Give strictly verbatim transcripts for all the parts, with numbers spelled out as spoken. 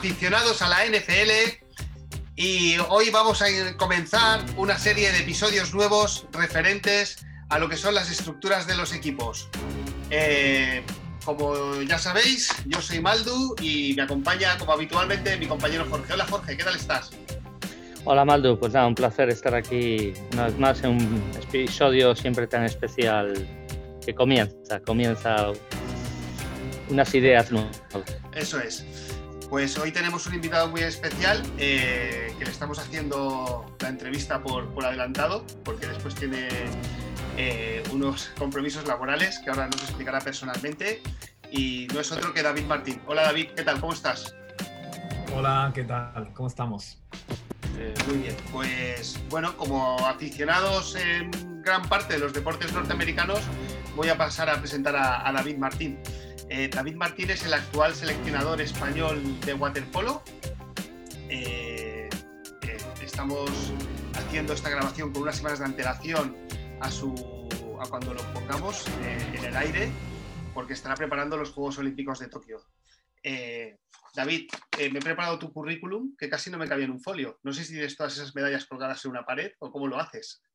aficionados a la N F L, y hoy vamos a comenzar una serie de episodios nuevos referentes a lo que son las estructuras de los equipos. Eh, como ya sabéis, yo soy Maldu y me acompaña, como habitualmente, mi compañero Jorge. Hola Jorge, ¿qué tal estás? Hola Maldu, pues nada, un placer estar aquí una vez más en un episodio siempre tan especial que comienza, comienza unas ideas nuevas. Eso es. Pues hoy tenemos un invitado muy especial eh, que le estamos haciendo la entrevista por, por adelantado, porque después tiene eh, unos compromisos laborales que ahora nos explicará personalmente, y no es otro que David Martín. Hola David, ¿qué tal? ¿Cómo estás? Hola, ¿qué tal? ¿Cómo estamos? Eh, muy bien, pues bueno, como aficionados en gran parte de los deportes norteamericanos, voy a pasar a presentar a, a David Martín. Eh, David Martín es el actual seleccionador español de waterpolo. Eh, eh, estamos haciendo esta grabación con unas semanas de antelación a, su, a cuando lo pongamos eh, en el aire, porque estará preparando los Juegos Olímpicos de Tokio. Eh, David, eh, me he preparado tu currículum, que casi no me cabía en un folio. No sé si tienes todas esas medallas colgadas en una pared o cómo lo haces.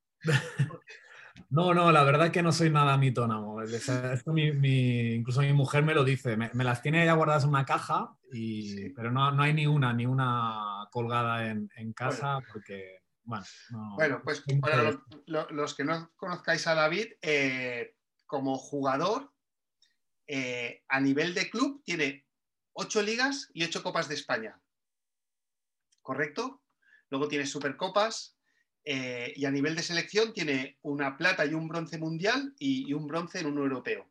No, no, la verdad es que no soy nada mitómano. Esto mi, mi, incluso mi mujer me lo dice. Me, me las tiene ya guardadas en una caja, y, sí. pero no, no hay ni una, ni una colgada en, en casa, bueno. porque, bueno... No, bueno, pues para los, lo, los que no conozcáis a David, eh, como jugador, eh, a nivel de club, tiene ocho ligas y ocho copas de España. ¿Correcto? Luego tiene supercopas. Eh, y a nivel de selección tiene una plata y un bronce mundial y, y un bronce en un europeo.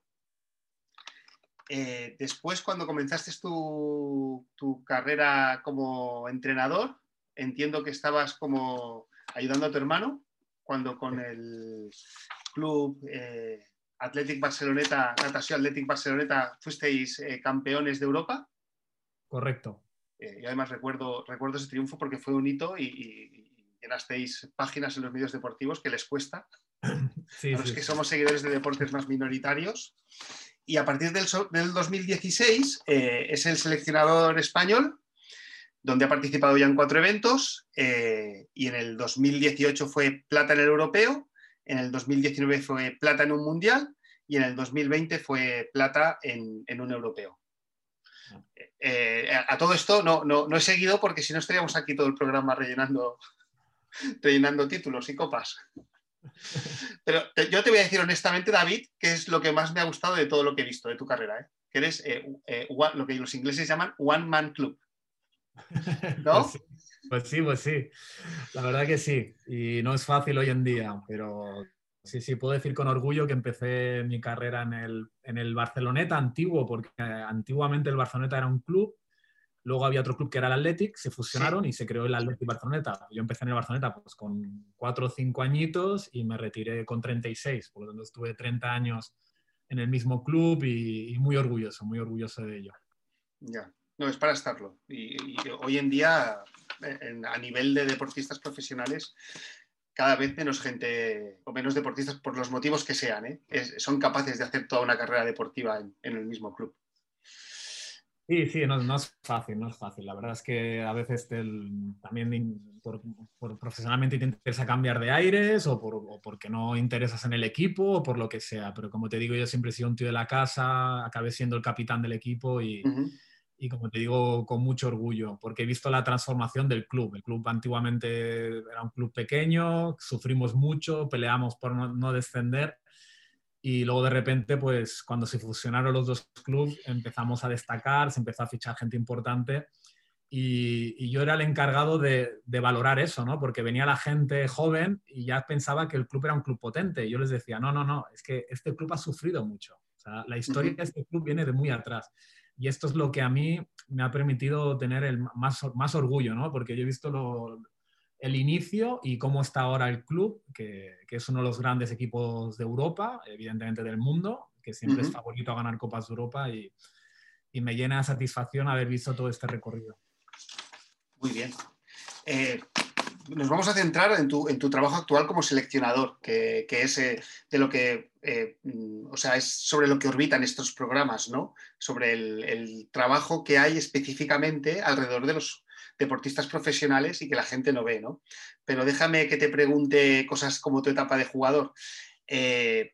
Eh, después, cuando comenzaste tu, tu carrera como entrenador, entiendo que estabas como ayudando a tu hermano cuando con el club eh, Athletic Barceloneta, Natació Athletic Barceloneta, fuisteis eh, campeones de Europa. Correcto. Eh, y además recuerdo, recuerdo ese triunfo porque fue un hito y, y llenasteis páginas en los medios deportivos que les cuesta, sí, a los sí, que sí. somos seguidores de deportes más minoritarios. Y a partir del, del dos mil dieciséis eh, es el seleccionador español, donde ha participado ya en cuatro eventos, eh, y en el dos mil dieciocho fue plata en el europeo, en el dos mil diecinueve fue plata en un mundial y en el dos mil veinte fue plata en, en un europeo. Eh, a todo esto no, no, no he seguido porque si no estaríamos aquí todo el programa rellenando, rellenando títulos y copas. Pero te, yo te voy a decir honestamente, David, que es lo que más me ha gustado de todo lo que he visto de tu carrera, ¿eh? Que eres eh, eh, one, lo que los ingleses llaman one man club, ¿no? Pues sí, pues sí, pues sí, la verdad que sí, y no es fácil hoy en día, pero sí, sí, puedo decir con orgullo que empecé mi carrera en el, en el Barceloneta antiguo, porque antiguamente el Barceloneta era un club. Luego había otro club que era el Athletic, se fusionaron sí. y se creó el Athletic Barceloneta. Yo empecé en el Barceloneta pues, con cuatro o cinco añitos y me retiré con treinta y seis. Por lo tanto, estuve treinta años en el mismo club y, y muy orgulloso, muy orgulloso de ello. Ya, no, es para estarlo. Y, y hoy en día, en, a nivel de deportistas profesionales, cada vez menos gente, o menos deportistas, por los motivos que sean, ¿eh? es, son capaces de hacer toda una carrera deportiva en, en el mismo club. Sí, sí, no, no es fácil, no es fácil. La verdad es que a veces te, también por, por profesionalmente te interesa cambiar de aires o, por, o porque no interesas en el equipo o por lo que sea. Pero como te digo, yo siempre he sido un tío de la casa, acabé siendo el capitán del equipo y, uh-huh. y como te digo, con mucho orgullo, porque he visto la transformación del club. El club antiguamente era un club pequeño, sufrimos mucho, peleamos por no, no descender. Y luego de repente, pues cuando se fusionaron los dos clubes, empezamos a destacar, se empezó a fichar gente importante y, y yo era el encargado de, de valorar eso, ¿no? Porque venía la gente joven y ya pensaba que el club era un club potente. Y yo les decía, no, no, no, es que este club ha sufrido mucho. O sea, la historia uh-huh. de este club viene de muy atrás. Y esto es lo que a mí me ha permitido tener el más, más orgullo, ¿no? Porque yo he visto lo... el inicio y cómo está ahora el club, que, que es uno de los grandes equipos de Europa, evidentemente del mundo, que siempre uh-huh. es favorito a ganar Copas de Europa y, y me llena de satisfacción haber visto todo este recorrido. Muy bien. Eh, nos vamos a centrar en tu, en tu trabajo actual como seleccionador, que, que es eh, de lo que eh, o sea, es sobre lo que orbitan estos programas, ¿no? Sobre el, el trabajo que hay específicamente alrededor de los deportistas profesionales y que la gente no ve, ¿no? Pero déjame que te pregunte cosas como tu etapa de jugador. Eh,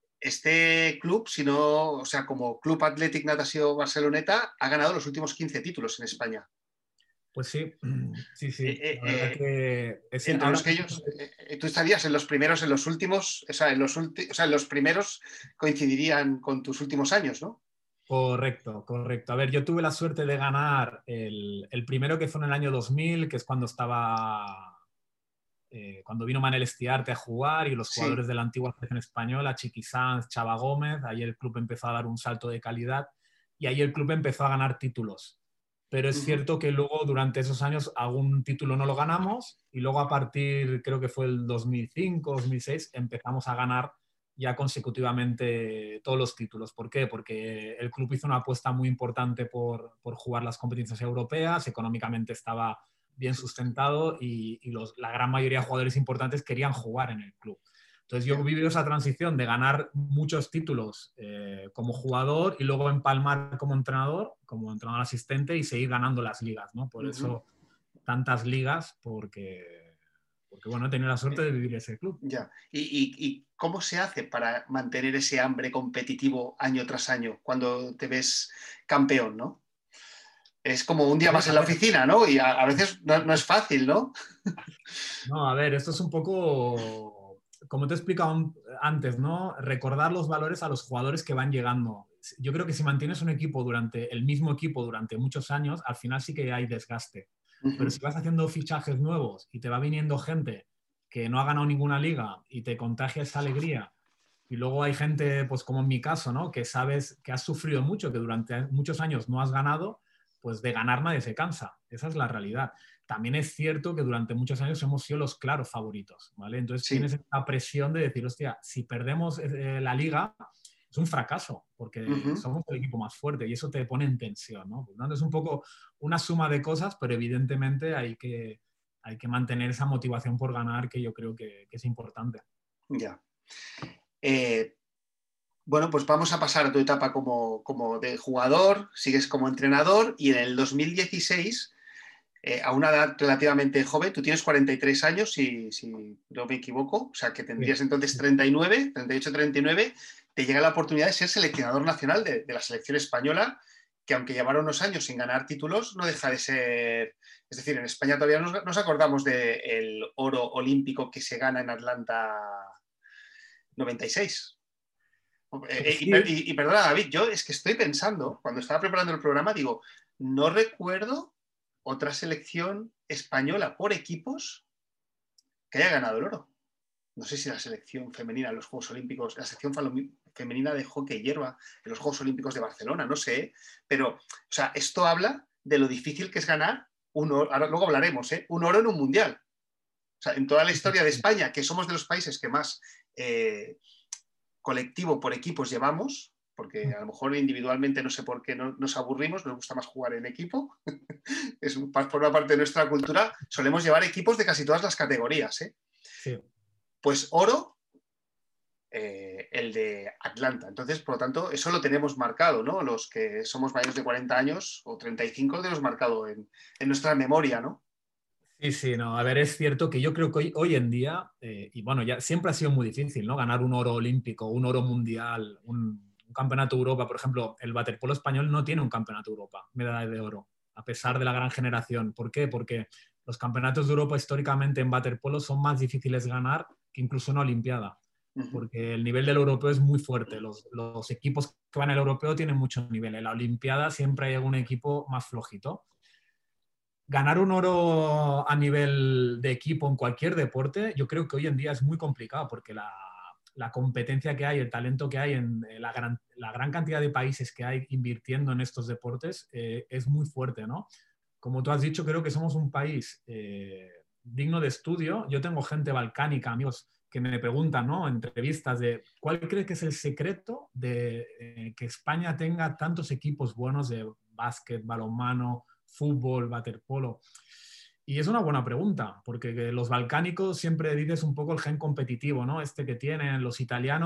este club, si no, o sea, como Club Athletic Natació Barceloneta, ha ganado los últimos quince títulos en España. Pues sí, sí, sí. Eh, La verdad eh, que ese, entre ahora... los que ellos, eh, tú estarías en los primeros, en los últimos, o sea, en los, ulti, o sea, en los primeros coincidirían con tus últimos años, ¿no? Correcto, correcto. A ver, yo tuve la suerte de ganar el, el primero, que fue en el año dos mil, que es cuando estaba, eh, cuando vino Manel Estiarte a jugar y los Sí. jugadores de la antigua selección española, Chiqui Sanz, Chava Gómez. Ahí el club empezó a dar un salto de calidad y ahí el club empezó a ganar títulos. Pero es Uh-huh. cierto que luego durante esos años algún título no lo ganamos y luego a partir, creo que fue el dos mil cinco, dos mil seis, empezamos a ganar ya consecutivamente todos los títulos. ¿Por qué? Porque el club hizo una apuesta muy importante por, por jugar las competiciones europeas, económicamente estaba bien sustentado y, y los, la gran mayoría de jugadores importantes querían jugar en el club. Entonces yo he vivido esa transición de ganar muchos títulos eh, como jugador y luego empalmar como entrenador, como entrenador asistente y seguir ganando las ligas, ¿no? Por uh-huh. eso tantas ligas, porque, porque bueno, he tenido la suerte de vivir ese club. Ya. ¿Y, y, ¿Y cómo se hace para mantener ese hambre competitivo año tras año cuando te ves campeón, ¿no? Es como un día más en la oficina, ¿no? Y a, a veces no, no es fácil, ¿no? No, a ver, esto es un poco, como te he explicado antes, ¿no? Recordar los valores a los jugadores que van llegando. Yo creo que si mantienes un equipo durante, el mismo equipo durante muchos años, al final sí que hay desgaste. Uh-huh. Pero si vas haciendo fichajes nuevos y te va viniendo gente que no ha ganado ninguna liga y te contagia esa alegría, y luego hay gente, pues como en mi caso, ¿no? Que sabes que has sufrido mucho, que durante muchos años no has ganado, pues de ganar nadie se cansa. Esa es la realidad. También es cierto que durante muchos años hemos sido los claros favoritos, ¿vale? Entonces sí. Tienes esta presión de decir, hostia, si perdemos eh, la liga, es un fracaso, porque uh-huh. somos el equipo más fuerte y eso te pone en tensión, ¿no? Por lo tanto, es un poco una suma de cosas, pero evidentemente hay que, hay que mantener esa motivación por ganar, que yo creo que, que es importante. Ya. Eh, bueno, pues vamos a pasar a tu etapa como, como de jugador, sigues como entrenador y en el dos mil dieciséis, eh, a una edad relativamente joven, tú tienes cuarenta y tres años, si, si no me equivoco, o sea que tendrías sí. entonces treinta y nueve, treinta y ocho, treinta y nueve, te llega la oportunidad de ser seleccionador nacional de, de la selección española, que aunque llevaron unos años sin ganar títulos, no deja de ser... Es decir, en España todavía nos, nos acordamos del oro olímpico que se gana en Atlanta noventa y seis. Eh, y, y, y perdona, David, yo es que estoy pensando, cuando estaba preparando el programa, digo, no recuerdo otra selección española por equipos que haya ganado el oro. No sé si la selección femenina en los Juegos Olímpicos, la sección femenina de hockey hierba en los Juegos Olímpicos de Barcelona, no sé, pero, o sea, esto habla de lo difícil que es ganar un oro, ahora luego hablaremos, ¿eh? Un oro en un mundial. O sea, en toda la historia de España, que somos de los países que más eh, colectivo por equipos llevamos, porque a lo mejor individualmente no sé por qué no, nos aburrimos, nos gusta más jugar en equipo, es por una parte de nuestra cultura, solemos llevar equipos de casi todas las categorías, ¿eh? Sí. Pues oro, eh, el de Atlanta. Entonces, por lo tanto, eso lo tenemos marcado, ¿no? Los que somos mayores de cuarenta años o treinta y cinco lo tenemos marcado en, en nuestra memoria, ¿no? Sí, sí, no, a ver, es cierto que yo creo que hoy, hoy en día, eh, y bueno, ya siempre ha sido muy difícil, ¿no? Ganar un oro olímpico, un oro mundial, un, un campeonato de Europa, por ejemplo, el waterpolo español no tiene un campeonato de Europa, medalla de oro, a pesar de la gran generación. ¿Por qué? Porque los campeonatos de Europa históricamente en waterpolo son más difíciles ganar que incluso una olimpiada, porque el nivel del europeo es muy fuerte. Los, los equipos que van al europeo tienen mucho nivel. En la olimpiada siempre hay algún equipo más flojito. Ganar un oro a nivel de equipo en cualquier deporte, yo creo que hoy en día es muy complicado porque la, la competencia que hay, el talento que hay en la gran, la gran cantidad de países que hay invirtiendo en estos deportes eh, es muy fuerte, ¿no? Como tú has dicho, creo que somos un país eh, digno de estudio. Yo tengo gente balcánica, amigos, que me preguntan, ¿no? En entrevistas de ¿cuál crees que es el secreto de eh, que España tenga tantos equipos buenos de básquet, balonmano, fútbol, waterpolo? Y es una buena pregunta, porque los balcánicos siempre dices un poco el gen competitivo, ¿no? Este que tienen los italianos,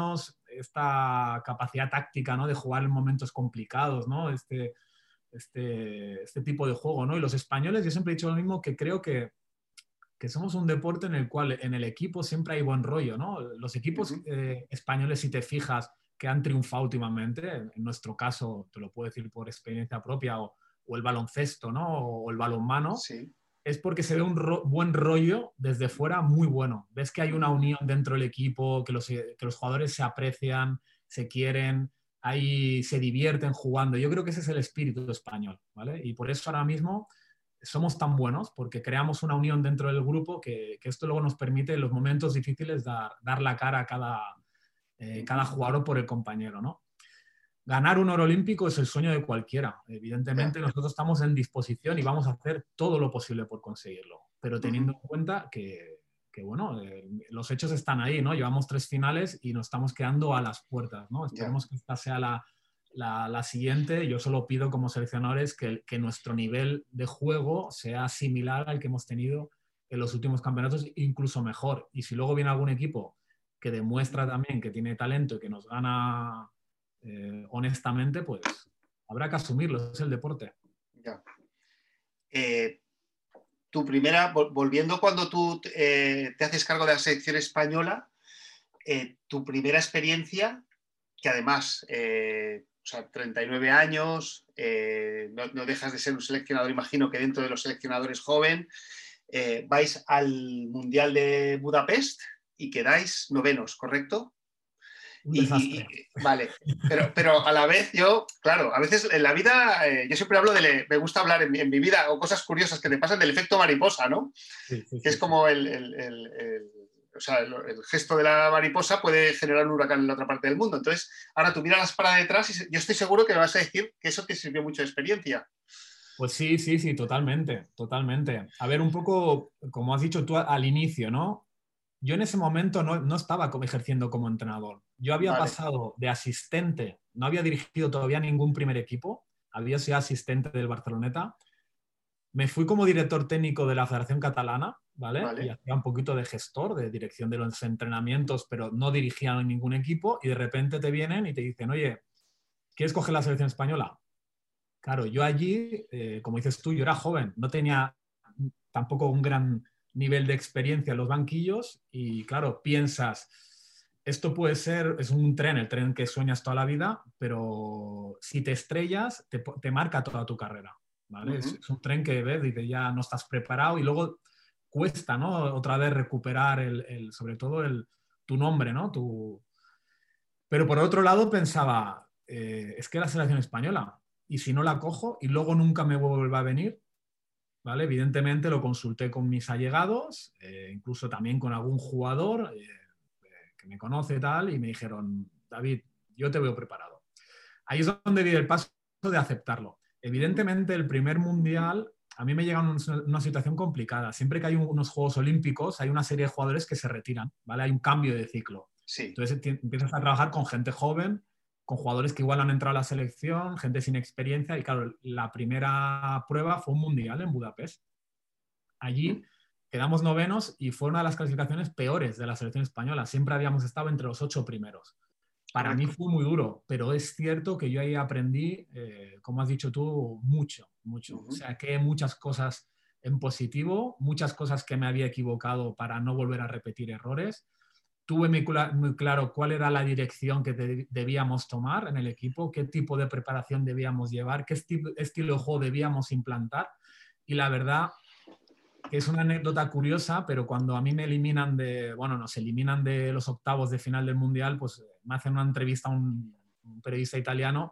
esta capacidad táctica, ¿no? De jugar en momentos complicados, ¿no? Este, este, este tipo de juego, ¿no? Y los españoles, yo siempre he dicho lo mismo, que creo que, que somos un deporte en el cual en el equipo siempre hay buen rollo, ¿no? Los equipos Uh-huh. eh, españoles, si te fijas, que han triunfado últimamente, en nuestro caso, te lo puedo decir por experiencia propia, o, o el baloncesto, ¿no? O el balonmano, Sí. es porque se ve un ro buen rollo desde fuera muy bueno. Ves que hay una unión dentro del equipo, que los, que los jugadores se aprecian, se quieren, ahí se divierten jugando. Yo creo que ese es el espíritu español, ¿vale? Y por eso ahora mismo somos tan buenos, porque creamos una unión dentro del grupo que, que esto luego nos permite en los momentos difíciles dar, dar la cara a cada, eh, cada jugador por el compañero, ¿no? Ganar un oro olímpico es el sueño de cualquiera. Evidentemente, yeah. nosotros estamos en disposición y vamos a hacer todo lo posible por conseguirlo, pero teniendo uh-huh. en cuenta que, que bueno, eh, los hechos están ahí, ¿no? Llevamos tres finales y nos estamos quedando a las puertas, ¿no? Esperemos yeah. que esta sea la, la, la siguiente. Yo solo pido como seleccionadores que, que nuestro nivel de juego sea similar al que hemos tenido en los últimos campeonatos, incluso mejor. Y si luego viene algún equipo que demuestra también que tiene talento y que nos gana... Eh, honestamente, pues habrá que asumirlo, es el deporte. Ya. Eh, tu primera, volviendo cuando tú eh, te haces cargo de la selección española, eh, tu primera experiencia, que además, eh, o sea, treinta y nueve años, eh, no, no dejas de ser un seleccionador, imagino que dentro de los seleccionadores joven, eh, vais al Mundial de Budapest y quedáis novenos, ¿correcto? Un desastre. Y, y, vale, pero, pero a la vez yo, claro, a veces en la vida, eh, yo siempre hablo de, me gusta hablar en mi, en mi vida o cosas curiosas que te pasan del efecto mariposa, ¿no? Sí, sí, que sí, es como sí. el, el, el, el, o sea, el, el gesto de la mariposa puede generar un huracán en la otra parte del mundo. Entonces, ahora tú miras para detrás y yo estoy seguro que me vas a decir que eso te sirvió mucho de experiencia. Pues sí, sí, sí, totalmente, totalmente. A ver, un poco, como has dicho tú al inicio, ¿no? Yo en ese momento no, no estaba como ejerciendo como entrenador. Yo había Vale. pasado de asistente, no había dirigido todavía ningún primer equipo, había sido asistente del Barceloneta. Me fui como director técnico de la Federación Catalana, ¿vale? Vale. Y hacía un poquito de gestor, de dirección de los entrenamientos, pero no dirigía a ningún equipo y de repente te vienen y te dicen, oye, ¿quieres coger la selección española? Claro, yo allí, eh, como dices tú, yo era joven, no tenía tampoco un gran nivel de experiencia en los banquillos y claro, piensas, esto puede ser, es un tren, el tren que sueñas toda la vida, pero si te estrellas, te, te marca toda tu carrera, ¿vale? Uh-huh. es, es un tren que ves, dices, ya no estás preparado y luego cuesta, ¿no? Otra vez recuperar el, el sobre todo el, tu nombre, ¿no? Tu... Pero por otro lado pensaba, eh, es que la selección española, y si no la cojo y luego nunca me vuelva a venir, ¿vale? Evidentemente lo consulté con mis allegados, eh, incluso también con algún jugador eh, que me conoce y tal, y me dijeron, David, yo te veo preparado. Ahí es donde di el paso de aceptarlo. Evidentemente el primer mundial a mí me llega en una situación complicada. Siempre que hay unos Juegos Olímpicos hay una serie de jugadores que se retiran, ¿vale? Hay un cambio de ciclo. Sí. Entonces empiezas a trabajar con gente joven, con jugadores que igual han entrado a la selección, gente sin experiencia, y claro, la primera prueba fue un mundial en Budapest. Allí quedamos novenos y fue una de las clasificaciones peores de la selección española. Siempre habíamos estado entre los ocho primeros. Para Correcto. Mí fue muy duro, pero es cierto que yo ahí aprendí, eh, como has dicho tú, mucho, mucho. Uh-huh. O sea, que muchas cosas en positivo, muchas cosas que me había equivocado para no volver a repetir errores. Tuve muy, cl- muy claro cuál era la dirección que de- debíamos tomar en el equipo, qué tipo de preparación debíamos llevar, qué esti- estilo de juego debíamos implantar. Y la verdad que es una anécdota curiosa, pero cuando a mí me eliminan de, bueno, nos eliminan de los octavos de final del Mundial, pues me hacen una entrevista a un, un periodista italiano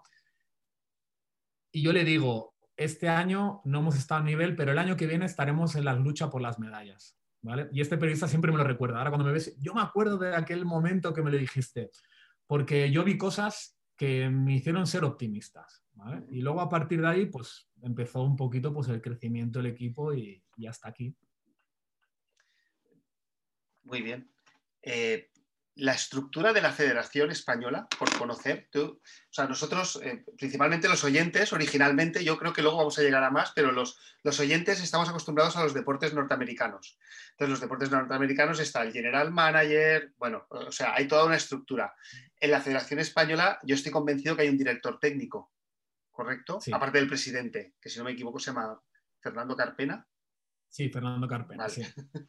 y yo le digo, este año no hemos estado a nivel, pero el año que viene estaremos en la lucha por las medallas. ¿Vale? Y este periodista siempre me lo recuerda. Ahora cuando me ves, yo me acuerdo de aquel momento que me lo dijiste, porque yo vi cosas que me hicieron ser optimistas, ¿vale? Y luego a partir de ahí, pues empezó un poquito pues, el crecimiento del equipo y, y hasta aquí. Muy bien. Eh, la estructura de la Federación Española, por conocer. Tú, o sea, nosotros, eh, principalmente los oyentes, originalmente, yo creo que luego vamos a llegar a más, pero los, los oyentes estamos acostumbrados a los deportes norteamericanos. Entonces, los deportes norteamericanos está el general manager, bueno, o sea, hay toda una estructura. En la Federación Española yo estoy convencido que hay un director técnico, ¿correcto? Sí. Aparte del presidente, que si no me equivoco se llama Fernando Carpena. Sí, Fernando Carpena, vale. sí.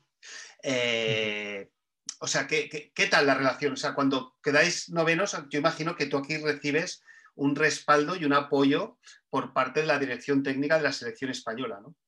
eh, o sea, ¿qué, qué, ¿qué tal la relación? O sea, cuando quedáis novenos, yo imagino que tú aquí recibes un respaldo y un apoyo por parte de la dirección técnica de la selección española, ¿no?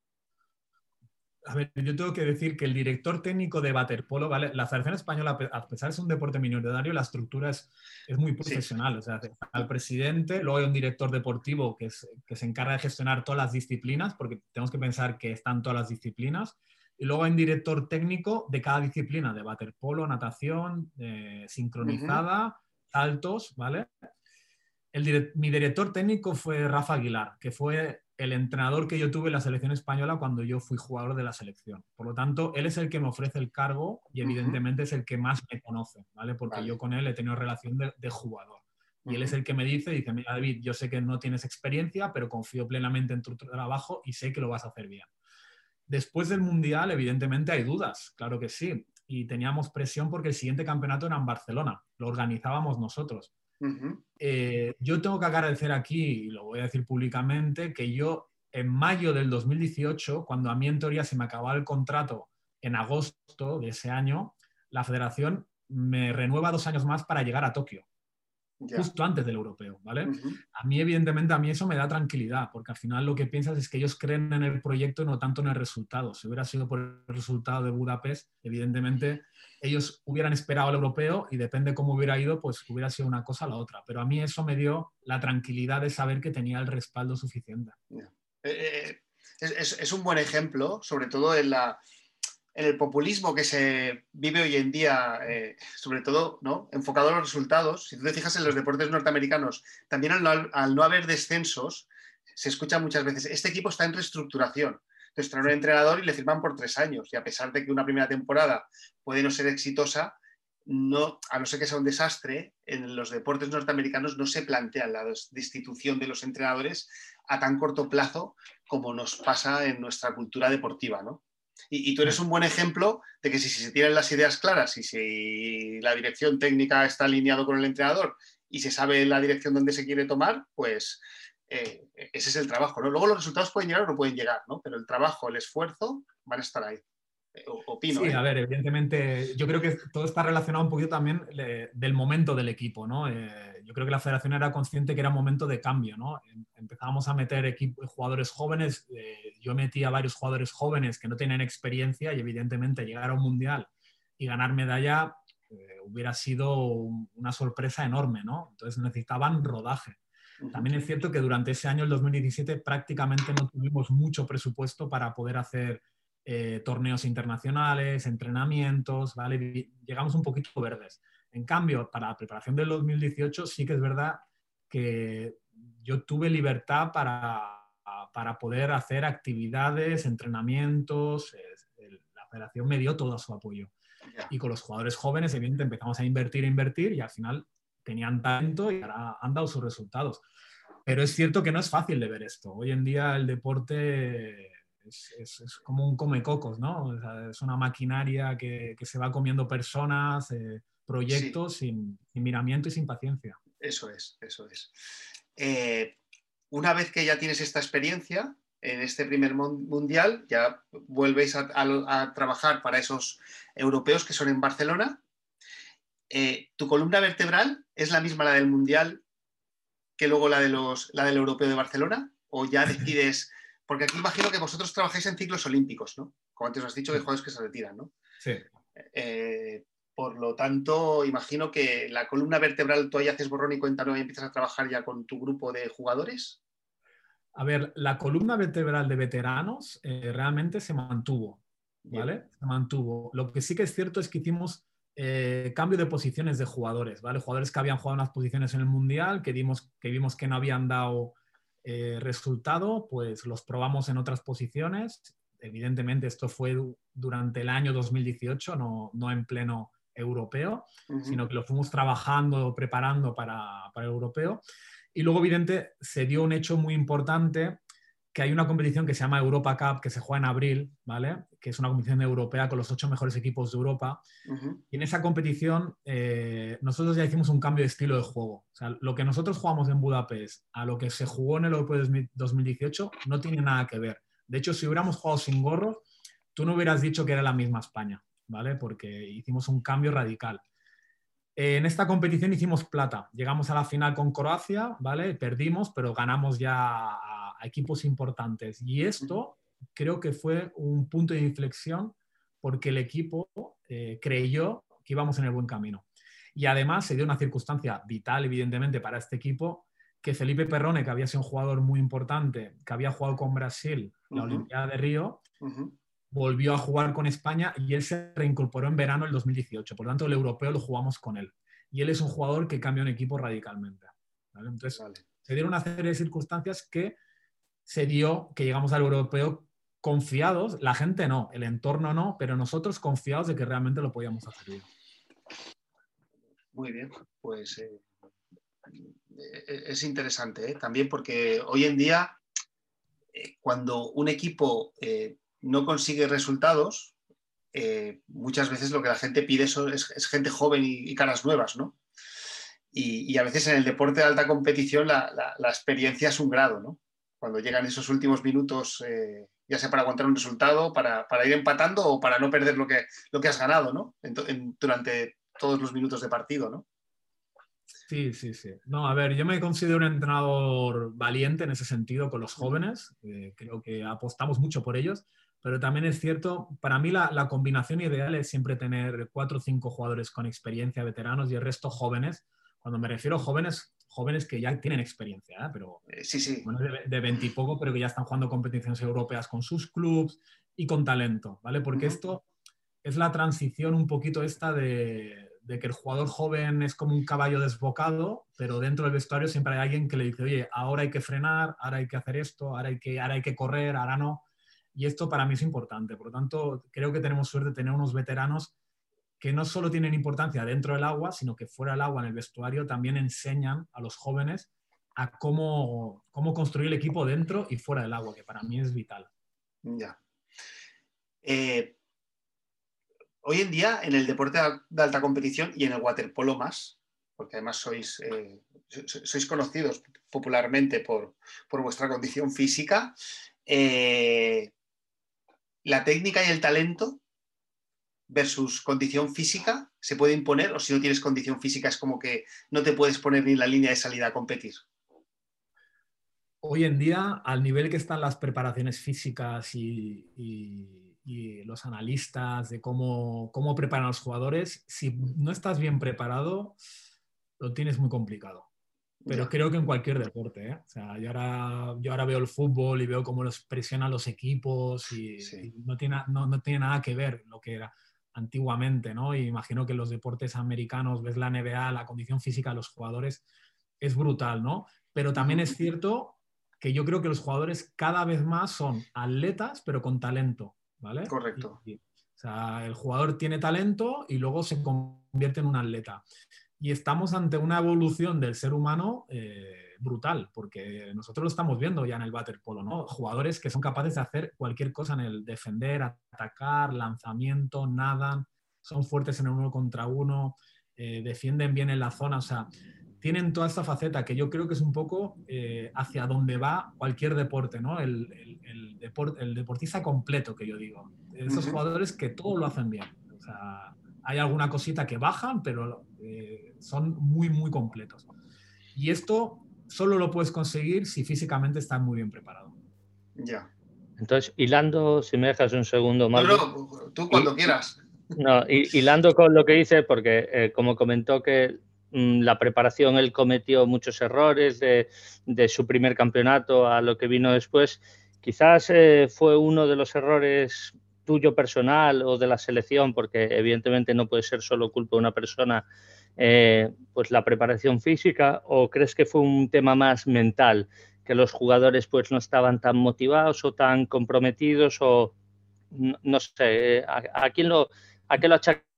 A ver, yo tengo que decir que el director técnico de waterpolo, ¿vale? La selección española, a pesar de ser un deporte minoritario, la estructura es, es muy profesional. Sí. O sea, está el presidente, luego hay un director deportivo que, es, que se encarga de gestionar todas las disciplinas, porque tenemos que pensar que están todas las disciplinas, y luego hay un director técnico de cada disciplina, de waterpolo, natación, eh, sincronizada, uh-huh. saltos, ¿vale? El direct, mi director técnico fue Rafa Aguilar, que fue el entrenador que yo tuve en la selección española cuando yo fui jugador de la selección. Por lo tanto, él es el que me ofrece el cargo y evidentemente uh-huh. es el que más me conoce, ¿vale? Porque vale. yo con él he tenido relación de, de jugador. Y uh-huh. él es el que me dice, dice, mira, David, yo sé que no tienes experiencia, pero confío plenamente en tu trabajo y sé que lo vas a hacer bien. Después del Mundial, evidentemente hay dudas, claro que sí. Y teníamos presión porque el siguiente campeonato era en Barcelona, lo organizábamos nosotros. Uh-huh. Eh, yo tengo que agradecer aquí, y lo voy a decir públicamente, que yo en mayo del dos mil dieciocho, cuando a mí en teoría se me acababa el contrato en agosto de ese año, la federación me renueva dos años más para llegar a Tokio, yeah. justo antes del europeo, ¿vale? Uh-huh. A mí, evidentemente, a mí eso me da tranquilidad, porque al final lo que piensas es que ellos creen en el proyecto y no tanto en el resultado. Si hubiera sido por el resultado de Budapest, evidentemente ellos hubieran esperado al europeo y depende cómo hubiera ido, pues hubiera sido una cosa o la otra. Pero a mí eso me dio la tranquilidad de saber que tenía el respaldo suficiente. Yeah. Eh, es, es, es un buen ejemplo, sobre todo en, la, en el populismo que se vive hoy en día, eh, sobre todo, ¿no?, enfocado a los resultados. Si tú te fijas en los deportes norteamericanos, también al no, al no haber descensos, se escucha muchas veces, este equipo está en reestructuración. Entonces traen un entrenador y le firman por tres años. Y a pesar de que una primera temporada puede no ser exitosa, no, a no ser que sea un desastre, en los deportes norteamericanos no se plantea la destitución de los entrenadores a tan corto plazo como nos pasa en nuestra cultura deportiva, ¿no? Y, y tú eres un buen ejemplo de que si, si se tienen las ideas claras y si la dirección técnica está alineado con el entrenador y se sabe la dirección donde se quiere tomar, pues eh, ese es el trabajo, ¿no? Luego los resultados pueden llegar o no pueden llegar, ¿no? Pero el trabajo, el esfuerzo van a estar ahí. Opino, sí, ¿eh? a ver, evidentemente yo creo que todo está relacionado un poquito también eh, del momento del equipo, ¿no? Eh, yo creo que la federación era consciente que era un momento de cambio, ¿no? Empezábamos a meter equipo, jugadores jóvenes, eh, yo metí a varios jugadores jóvenes que no tenían experiencia y evidentemente llegar a un mundial y ganar medalla eh, hubiera sido un, una sorpresa enorme, ¿no? Entonces necesitaban rodaje. También es cierto que durante ese año, el dos mil diecisiete, prácticamente no tuvimos mucho presupuesto para poder hacer Eh, torneos internacionales, entrenamientos, ¿vale? Llegamos un poquito verdes. En cambio, para la preparación del dos mil dieciocho sí que es verdad que yo tuve libertad para, para poder hacer actividades, entrenamientos. Eh, la federación me dio todo su apoyo. Y con los jugadores jóvenes, evidentemente, empezamos a invertir, a invertir y al final tenían talento y ahora han dado sus resultados. Pero es cierto que no es fácil de ver esto. Hoy en día el deporte Es, es, es como un comecocos, ¿no? O sea, es una maquinaria que, que se va comiendo personas, eh, proyectos, sí. sin, sin miramiento y sin paciencia. Eso es, eso es. Eh, una vez que ya tienes esta experiencia en este primer mundial, ya vuelves a, a, a trabajar para esos europeos que son en Barcelona. Eh, ¿Tu columna vertebral es la misma la del mundial que luego la, de los, la del europeo de Barcelona? ¿O ya decides...? Porque aquí imagino que vosotros trabajáis en ciclos olímpicos, ¿no? Como antes has dicho, que jugadores que se retiran, ¿no? Sí. Eh, por lo tanto, imagino que la columna vertebral tú ahí haces borrón y cuenta nueva y empiezas a trabajar ya con tu grupo de jugadores. A ver, la columna vertebral de veteranos eh, realmente se mantuvo, ¿vale? Bien. Se mantuvo. Lo que sí que es cierto es que hicimos eh, cambio de posiciones de jugadores, ¿vale? Jugadores que habían jugado unas posiciones en el Mundial, que, dimos, que vimos que no habían dado... Eh, resultado, pues los probamos en otras posiciones. Evidentemente esto fue durante el año dos mil dieciocho, no, no en pleno europeo, uh-huh. sino que lo fuimos trabajando, preparando para, para el europeo. Y luego, evidente, se dio un hecho muy importante, que hay una competición que se llama Europa Cup, que se juega en abril, ¿vale? Que es una competición europea con los ocho mejores equipos de Europa. Uh-huh. Y en esa competición eh, nosotros ya hicimos un cambio de estilo de juego. O sea, lo que nosotros jugamos en Budapest a lo que se jugó en el Europeo dos mil dieciocho no tiene nada que ver. De hecho, si hubiéramos jugado sin gorros, tú no hubieras dicho que era la misma España, ¿vale? Porque hicimos un cambio radical. Eh, en esta competición hicimos plata. Llegamos a la final con Croacia, ¿vale? Perdimos, pero ganamos ya a, a equipos importantes. Y esto creo que fue un punto de inflexión porque el equipo eh, creyó que íbamos en el buen camino. Y además se dio una circunstancia vital, evidentemente, para este equipo, que Felipe Perrone, que había sido un jugador muy importante, que había jugado con Brasil la uh-huh. Olimpiada de Río, uh-huh. volvió a jugar con España y él se reincorporó en verano del dos mil dieciocho. Por lo tanto, el europeo lo jugamos con él. Y él es un jugador que cambia un equipo radicalmente, ¿vale? Entonces, vale. Se dieron una serie de circunstancias que se dio que llegamos al europeo confiados, la gente no, el entorno no, pero nosotros confiados de que realmente lo podíamos hacer bien. Muy bien, pues eh, es interesante, ¿eh? También porque hoy en día, eh, cuando un equipo eh, no consigue resultados, eh, muchas veces lo que la gente pide es, es, es gente joven y, y caras nuevas, ¿no? Y, y a veces en el deporte de alta competición la, la, la experiencia es un grado, ¿no? Cuando llegan esos últimos minutos, eh, ya sea para aguantar un resultado, para, para ir empatando o para no perder lo que, lo que has ganado, ¿no? En, en, durante todos los minutos de partido, ¿no? Sí, sí, sí. No, a ver, yo me considero un entrenador valiente en ese sentido con los jóvenes. Eh, creo que apostamos mucho por ellos, pero también es cierto, para mí la, la combinación ideal es siempre tener cuatro o cinco jugadores con experiencia, veteranos, y el resto jóvenes. Cuando me refiero a jóvenes, jóvenes que ya tienen experiencia, ¿eh? Pero eh, sí, sí. Bueno, de veintipoco, pero que ya están jugando competiciones europeas con sus clubs y con talento, ¿vale? Porque uh-huh. esto es la transición un poquito esta de, de que el jugador joven es como un caballo desbocado, pero dentro del vestuario siempre hay alguien que le dice, oye, ahora hay que frenar, ahora hay que hacer esto, ahora hay que, ahora hay que correr, ahora no. Y esto para mí es importante. Por lo tanto, creo que tenemos suerte de tener unos veteranos que no solo tienen importancia dentro del agua, sino que fuera del agua, en el vestuario, también enseñan a los jóvenes a cómo, cómo construir el equipo dentro y fuera del agua, que para mí es vital. Ya. Eh, hoy en día, en el deporte de alta competición y en el waterpolo más, porque además sois, eh, sois conocidos popularmente por, por vuestra condición física, eh, la técnica y el talento versus condición física se puede imponer, o si no tienes condición física es como que no te puedes poner ni en la línea de salida a competir. Hoy en día, al nivel que están las preparaciones físicas y, y, y los analistas de cómo, cómo preparan a los jugadores, si no estás bien preparado, lo tienes muy complicado. Pero ya. Creo que en cualquier deporte, ¿eh? O sea, yo ahora, yo ahora veo el fútbol y veo cómo los presionan los equipos y, sí. y no, tiene, no, no tiene nada que ver lo que era antiguamente, ¿no? Y imagino que en los deportes americanos, ves la N B A, la condición física de los jugadores es brutal, ¿no? Pero también es cierto que yo creo que los jugadores cada vez más son atletas, pero con talento, ¿vale? Correcto. Y, y, o sea, el jugador tiene talento y luego se convierte en un atleta. Y estamos ante una evolución del ser humano eh, brutal, porque nosotros lo estamos viendo ya en el waterpolo, ¿no? Jugadores que son capaces de hacer cualquier cosa en el defender, atacar, lanzamiento, nadan, son fuertes en el uno contra uno, eh, defienden bien en la zona, o sea, tienen toda esta faceta que yo creo que es un poco eh, hacia donde va cualquier deporte, ¿no? El, el, el, deport, el deportista completo, que yo digo. Esos uh-huh. jugadores que todo lo hacen bien. O sea, hay alguna cosita que bajan, pero eh, son muy, muy completos. Y esto solo lo puedes conseguir si físicamente estás muy bien preparado. Ya. Entonces, hilando, si me dejas un segundo, Maldo. No, no, tú cuando y, quieras. No, hilando con lo que dice, porque eh, como comentó que mmm, la preparación, él cometió muchos errores de, de su primer campeonato a lo que vino después. Quizás eh, fue uno de los errores tuyo personal o de la selección, porque evidentemente no puede ser solo culpa de una persona, eh, pues la preparación física, o crees que fue un tema más mental, que los jugadores pues no estaban tan motivados o tan comprometidos, o no, no sé, ¿a, a quién lo, a qué lo achacas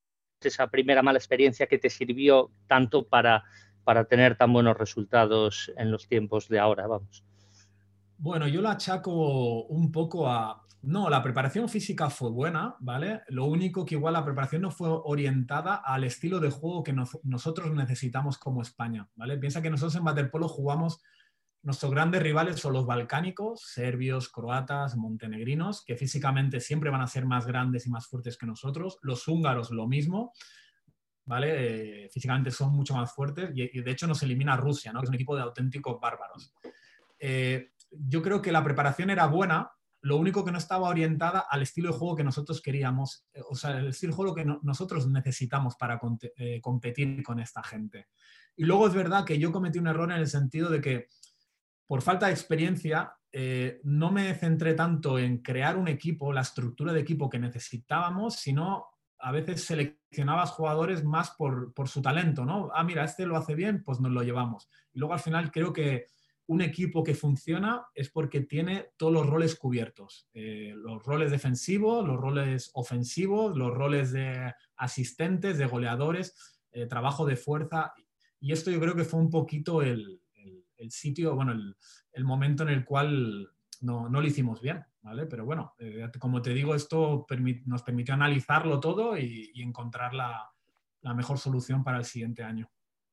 esa primera mala experiencia que te sirvió tanto para, para tener tan buenos resultados en los tiempos de ahora, vamos. Bueno, yo lo achaco un poco a... No, la preparación física fue buena, ¿vale? Lo único que igual la preparación no fue orientada al estilo de juego que nos, nosotros necesitamos como España, ¿vale? Piensa que nosotros en waterpolo jugamos, nuestros grandes rivales son los balcánicos, serbios, croatas, montenegrinos, que físicamente siempre van a ser más grandes y más fuertes que nosotros. Los húngaros lo mismo, ¿vale? Eh, físicamente son mucho más fuertes y, y de hecho nos elimina Rusia, ¿no? Que es un equipo de auténticos bárbaros. Eh, yo creo que la preparación era buena, lo único que no estaba orientada al estilo de juego que nosotros queríamos, o sea, el estilo de juego que no, nosotros necesitamos para eh, competir con esta gente. Y luego es verdad que yo cometí un error en el sentido de que por falta de experiencia eh, no me centré tanto en crear un equipo, la estructura de equipo que necesitábamos, sino a veces seleccionabas jugadores más por, por su talento, ¿no? Ah, mira, este lo hace bien, pues nos lo llevamos. Y luego al final creo que un equipo que funciona es porque tiene todos los roles cubiertos. Eh, los roles defensivos, los roles ofensivos, los roles de asistentes, de goleadores, eh, trabajo de fuerza. Y esto yo creo que fue un poquito el, el, el sitio, bueno, el, el momento en el cual no, no lo hicimos bien, ¿vale? Pero bueno, eh, como te digo, esto permit, nos permitió analizarlo todo y, y encontrar la, la mejor solución para el siguiente año.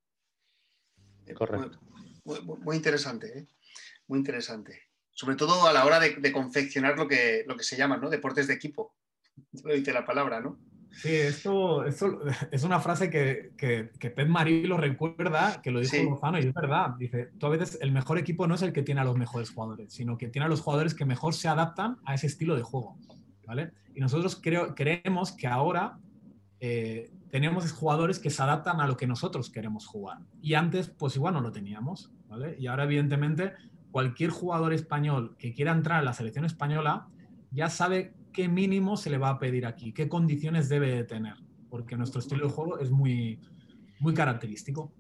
Correcto. Muy, muy, muy interesante, ¿eh? Muy interesante. Sobre todo a la hora de, de confeccionar lo que, lo que se llaman, ¿no? Deportes de equipo. Lo dice la palabra, ¿no? Sí, esto, esto es una frase que, que, que Pep Marí lo recuerda, que lo dijo Sí. Lozano, y es verdad. Dice, tú a veces el mejor equipo no es el que tiene a los mejores jugadores, sino que tiene a los jugadores que mejor se adaptan a ese estilo de juego, ¿vale? Y nosotros creo, creemos que ahora eh, tenemos jugadores que se adaptan a lo que nosotros queremos jugar. Y antes, pues igual no lo teníamos, ¿vale? Y ahora, evidentemente, cualquier jugador español que quiera entrar en la selección española ya sabe qué mínimo se le va a pedir aquí, qué condiciones debe de tener, porque nuestro estilo de juego es muy, muy característico.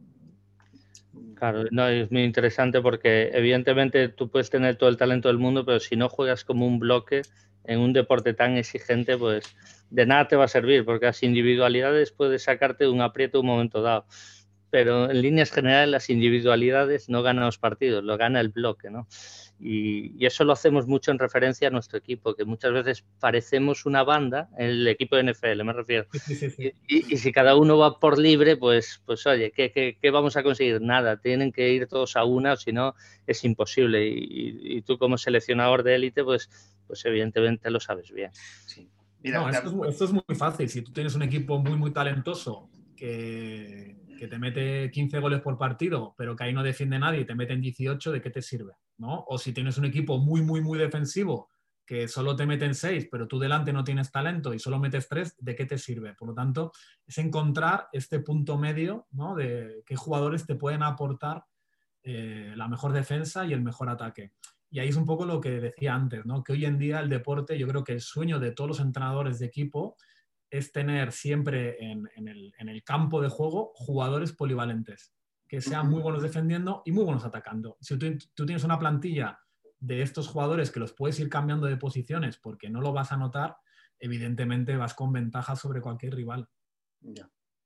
Claro, no, es muy interesante porque evidentemente tú puedes tener todo el talento del mundo, pero si no juegas como un bloque en un deporte tan exigente, pues de nada te va a servir, porque las individualidades puedes sacarte de un aprieto en un momento dado. Pero en líneas generales las individualidades no ganan los partidos, lo gana el bloque, ¿no? Y, y eso lo hacemos mucho en referencia a nuestro equipo, que muchas veces parecemos una banda, el equipo de N F L me refiero, Sí, sí, sí. y, y, y si cada uno va por libre, pues, pues oye, ¿qué, qué, qué vamos a conseguir? Nada, tienen que ir todos a una, o si no es imposible. Y, y, y tú como seleccionador de élite, pues, pues evidentemente lo sabes bien. Sí. Mira, no, esto es, esto es muy fácil. Si tú tienes un equipo muy, muy talentoso que, que te mete quince goles por partido, pero que ahí no defiende nadie y te meten dieciocho, ¿de qué te sirve? ¿No? O si tienes un equipo muy, muy, muy defensivo que solo te meten seis, pero tú delante no tienes talento y solo metes tres, ¿de qué te sirve? Por lo tanto, es encontrar este punto medio, ¿no? De qué jugadores te pueden aportar eh, la mejor defensa y el mejor ataque. Y ahí es un poco lo que decía antes, ¿no? Que hoy en día el deporte, yo creo que el sueño de todos los entrenadores de equipo es tener siempre en, en, el, en el campo de juego jugadores polivalentes, que sean muy buenos defendiendo y muy buenos atacando. Si tú, tú tienes una plantilla de estos jugadores que los puedes ir cambiando de posiciones porque no lo vas a notar, evidentemente vas con ventaja sobre cualquier rival. Ya.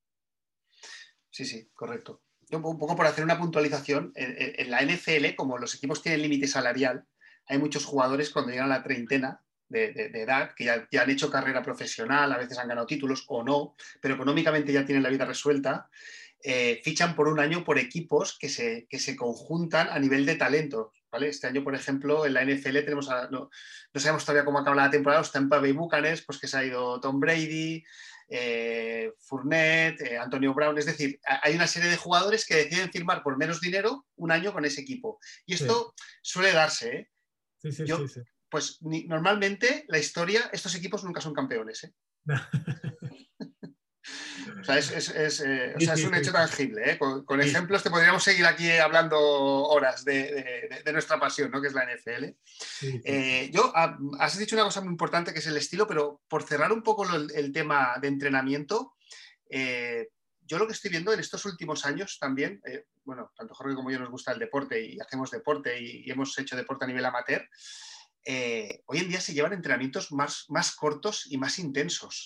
Sí, sí, correcto. Yo, un poco por hacer una puntualización, en, en la N F L, como los equipos tienen límite salarial, hay muchos jugadores cuando llegan a la treintena de, de, de edad, que ya, ya han hecho carrera profesional, a veces han ganado títulos o no, pero económicamente ya tienen la vida resuelta, eh, fichan por un año por equipos que se, que se conjuntan a nivel de talento, ¿vale? Este año, por ejemplo, en la N F L tenemos, a, no, no sabemos todavía cómo acaba la temporada, los Tampa Bay Buccaneers, pues que se ha ido Tom Brady, eh, Fournette, eh, Antonio Brown, es decir, hay una serie de jugadores que deciden firmar por menos dinero un año con ese equipo. Y esto sí. suele darse, ¿eh? Sí, sí, Yo, sí, sí. Pues ni, normalmente la historia, estos equipos nunca son campeones, ¿eh? O sea, es, es, es, eh, o sea, es un hecho tangible, ¿eh? Con, con ejemplos te podríamos seguir aquí hablando horas de, de, de nuestra pasión, ¿no? Que es la N F L. Sí, sí. Eh, yo, has dicho una cosa muy importante que es el estilo, pero por cerrar un poco el, el tema de entrenamiento, eh, yo lo que estoy viendo en estos últimos años también, eh, bueno, tanto Jorge como yo nos gusta el deporte y hacemos deporte y, y hemos hecho deporte a nivel amateur, eh, hoy en día se llevan entrenamientos más, más cortos y más intensos.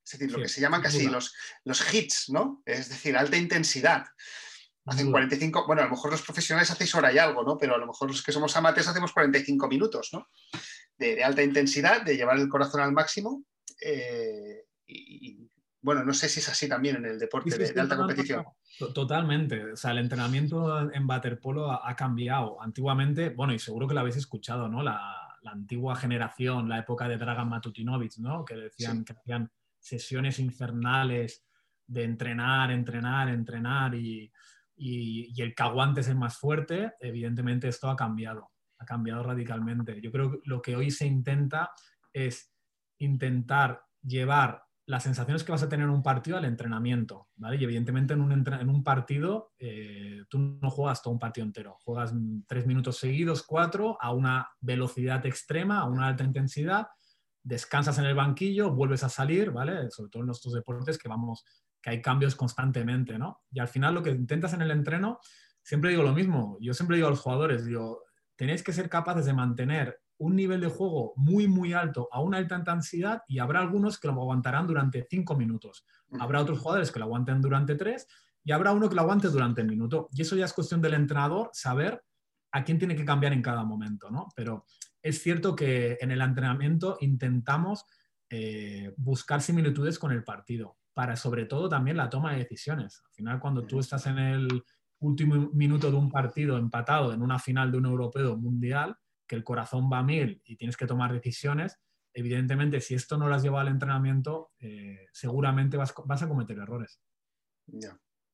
Es decir, lo Sí, que se llaman casi los, los hits, ¿no? Es decir, alta intensidad. Hacen cuarenta y cinco, bueno, a lo mejor los profesionales hacéis hora y algo, ¿no? Pero a lo mejor los que somos amateurs hacemos cuarenta y cinco minutos, ¿no? De, de alta intensidad, de llevar el corazón al máximo. Eh, y, y, bueno, no sé si es así también en el deporte sí, sí, de, de alta no, competición. No, no. Totalmente. O sea, el entrenamiento en waterpolo ha, ha cambiado. Antiguamente, bueno, y seguro que lo habéis escuchado, ¿no? La, la antigua generación, la época de Dragan Matutinovic, ¿no? Que decían sí. que hacían sesiones infernales de entrenar, entrenar, entrenar y... Y, y el que aguante es el más fuerte, evidentemente esto ha cambiado, ha cambiado radicalmente. Yo creo que lo que hoy se intenta es intentar llevar las sensaciones que vas a tener en un partido al entrenamiento, ¿vale? Y evidentemente en un, entre, en un partido eh, tú no juegas todo un partido entero, juegas tres minutos seguidos, cuatro, a una velocidad extrema, a una alta intensidad, descansas en el banquillo, vuelves a salir, ¿vale? Sobre todo en nuestros deportes que vamos... que hay cambios constantemente, ¿no? Y al final lo que intentas en el entreno, siempre digo lo mismo, yo siempre digo a los jugadores, digo, tenéis que ser capaces de mantener un nivel de juego muy, muy alto a una alta intensidad y habrá algunos que lo aguantarán durante cinco minutos. Habrá otros jugadores que lo aguanten durante tres y habrá uno que lo aguante durante el minuto. Y eso ya es cuestión del entrenador saber a quién tiene que cambiar en cada momento, ¿no? Pero es cierto que en el entrenamiento intentamos eh, buscar similitudes con el partido, para sobre todo también la toma de decisiones. Al final, cuando tú estás en el último minuto de un partido empatado en una final de un europeo mundial, que el corazón va a mil y tienes que tomar decisiones, evidentemente, si esto no lo has llevado al entrenamiento, eh, seguramente vas, vas a cometer errores. Ya.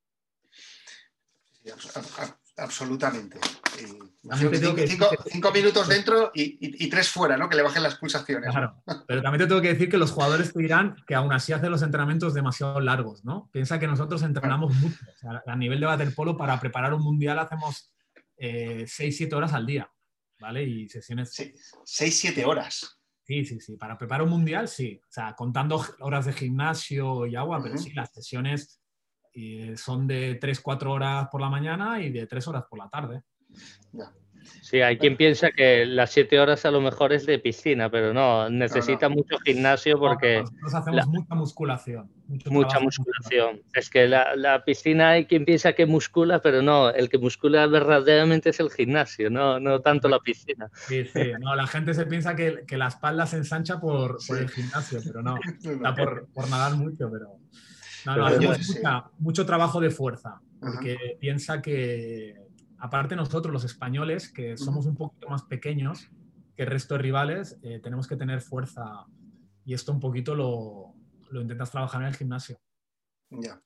Sí, absolutamente. Sí. Cinco, que cinco, que... cinco minutos dentro y, y, y tres fuera, ¿no? Que le bajen las pulsaciones. Claro, ¿no? Pero también te tengo que decir que los jugadores te dirán que aún así hacen los entrenamientos demasiado largos, ¿no? Piensa que nosotros entrenamos bueno. mucho. O sea, a nivel de waterpolo, para preparar un mundial hacemos eh, seis siete horas al día, ¿vale? Y sesiones... Sí, seis siete horas. Sí, sí, sí. Para preparar un mundial, sí. O sea, contando horas de gimnasio y agua, uh-huh. pero sí, las sesiones eh, son de tres cuatro horas por la mañana y de tres horas por la tarde. Ya. Sí, hay quien piensa que las siete horas a lo mejor es de piscina, pero no, necesita no, no. mucho gimnasio porque... Nosotros hacemos la, mucha musculación. Mucha musculación. Es que la, la piscina hay quien piensa que muscula, pero no, el que muscula verdaderamente es el gimnasio, no, no tanto la piscina. Sí, sí, no, la gente se piensa que, que la espalda se ensancha por, sí. por el gimnasio, pero no, está por, por nadar mucho, pero... No, no, hacemos sí. mucha, mucho trabajo de fuerza, porque uh-huh. piensa que... Aparte nosotros, los españoles, que somos un poquito más pequeños que el resto de rivales, eh, tenemos que tener fuerza y esto un poquito lo, lo intentas trabajar en el gimnasio. Ya.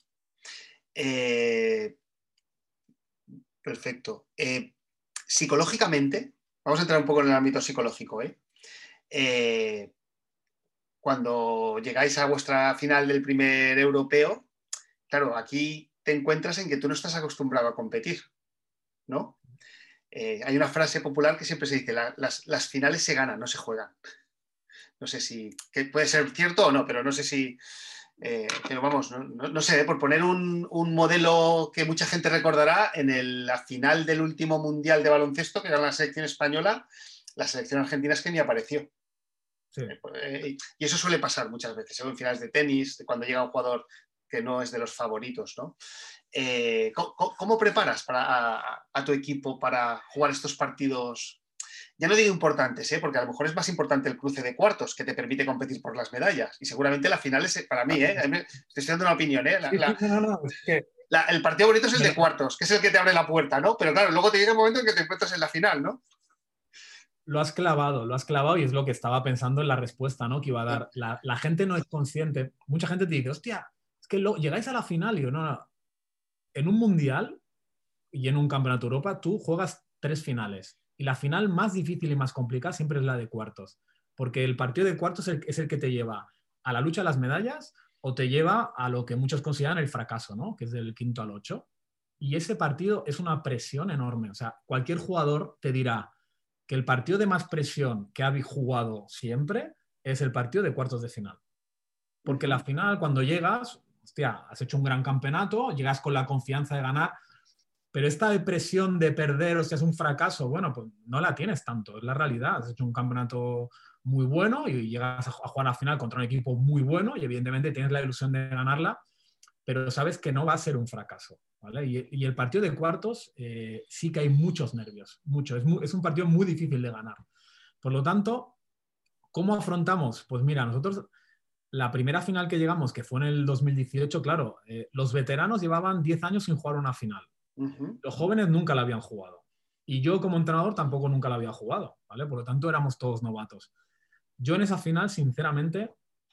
Eh, perfecto. Eh, psicológicamente, vamos a entrar un poco en el ámbito psicológico, ¿eh? Eh, cuando llegáis a vuestra final del primer europeo, claro, aquí te encuentras en que tú no estás acostumbrado a competir, ¿no? Eh, hay una frase popular que siempre se dice, la, las, las finales se ganan, no se juegan. No sé si, que puede ser cierto o no, pero no sé si, eh, pero vamos, no, no, no sé, por poner un, un modelo que mucha gente recordará, en el, la final del último mundial de baloncesto, que era la selección española, la selección argentina es que ni apareció. Sí. Eh, y eso suele pasar muchas veces, ¿eh? En finales de tenis, cuando llega un jugador que no es de los favoritos, ¿no? Eh, ¿cómo, ¿Cómo preparas para, a, a tu equipo para jugar estos partidos? Ya no digo importantes, ¿eh? Porque a lo mejor es más importante el cruce de cuartos, que te permite competir por las medallas. Y seguramente la final es, para mí, ¿eh? Estoy dando una opinión, ¿eh? La, la, no, no, es que... la, el partido bonito es el de cuartos, que es el que te abre la puerta, ¿no? Pero claro, luego te llega el momento en que te encuentras en la final, ¿no? Lo has clavado, lo has clavado y es lo que estaba pensando en la respuesta, ¿no? Que iba a dar. La, la gente no es consciente. Mucha gente te dice, hostia, es que lo, llegáis a la final. Y yo, no, no. En un mundial y en un campeonato de Europa, tú juegas tres finales. Y la final más difícil y más complicada siempre es la de cuartos. Porque el partido de cuartos es el, es el que te lleva a la lucha de las medallas o te lleva a lo que muchos consideran el fracaso, ¿no? Que es del quinto al ocho. Y ese partido es una presión enorme. O sea, cualquier jugador te dirá que el partido de más presión que ha jugado siempre es el partido de cuartos de final. Porque la final, cuando llegas, hostia, has hecho un gran campeonato, llegas con la confianza de ganar, pero esta depresión de perder, o sea, es un fracaso, bueno, pues no la tienes tanto, es la realidad. Has hecho un campeonato muy bueno y llegas a jugar a la final contra un equipo muy bueno y evidentemente tienes la ilusión de ganarla, pero sabes que no va a ser un fracaso, ¿vale? Y, y el partido de cuartos eh, sí que hay muchos nervios, mucho. Es, muy, es un partido muy difícil de ganar. Por lo tanto, ¿cómo afrontamos? Pues mira, nosotros la primera final que llegamos, que fue en el dos mil dieciocho, claro, eh, los veteranos llevaban diez años sin jugar una final. Uh-huh. Los jóvenes nunca la habían jugado. Y yo como entrenador tampoco nunca la había jugado, ¿vale? Por lo tanto, éramos todos novatos. Yo en esa final, sinceramente,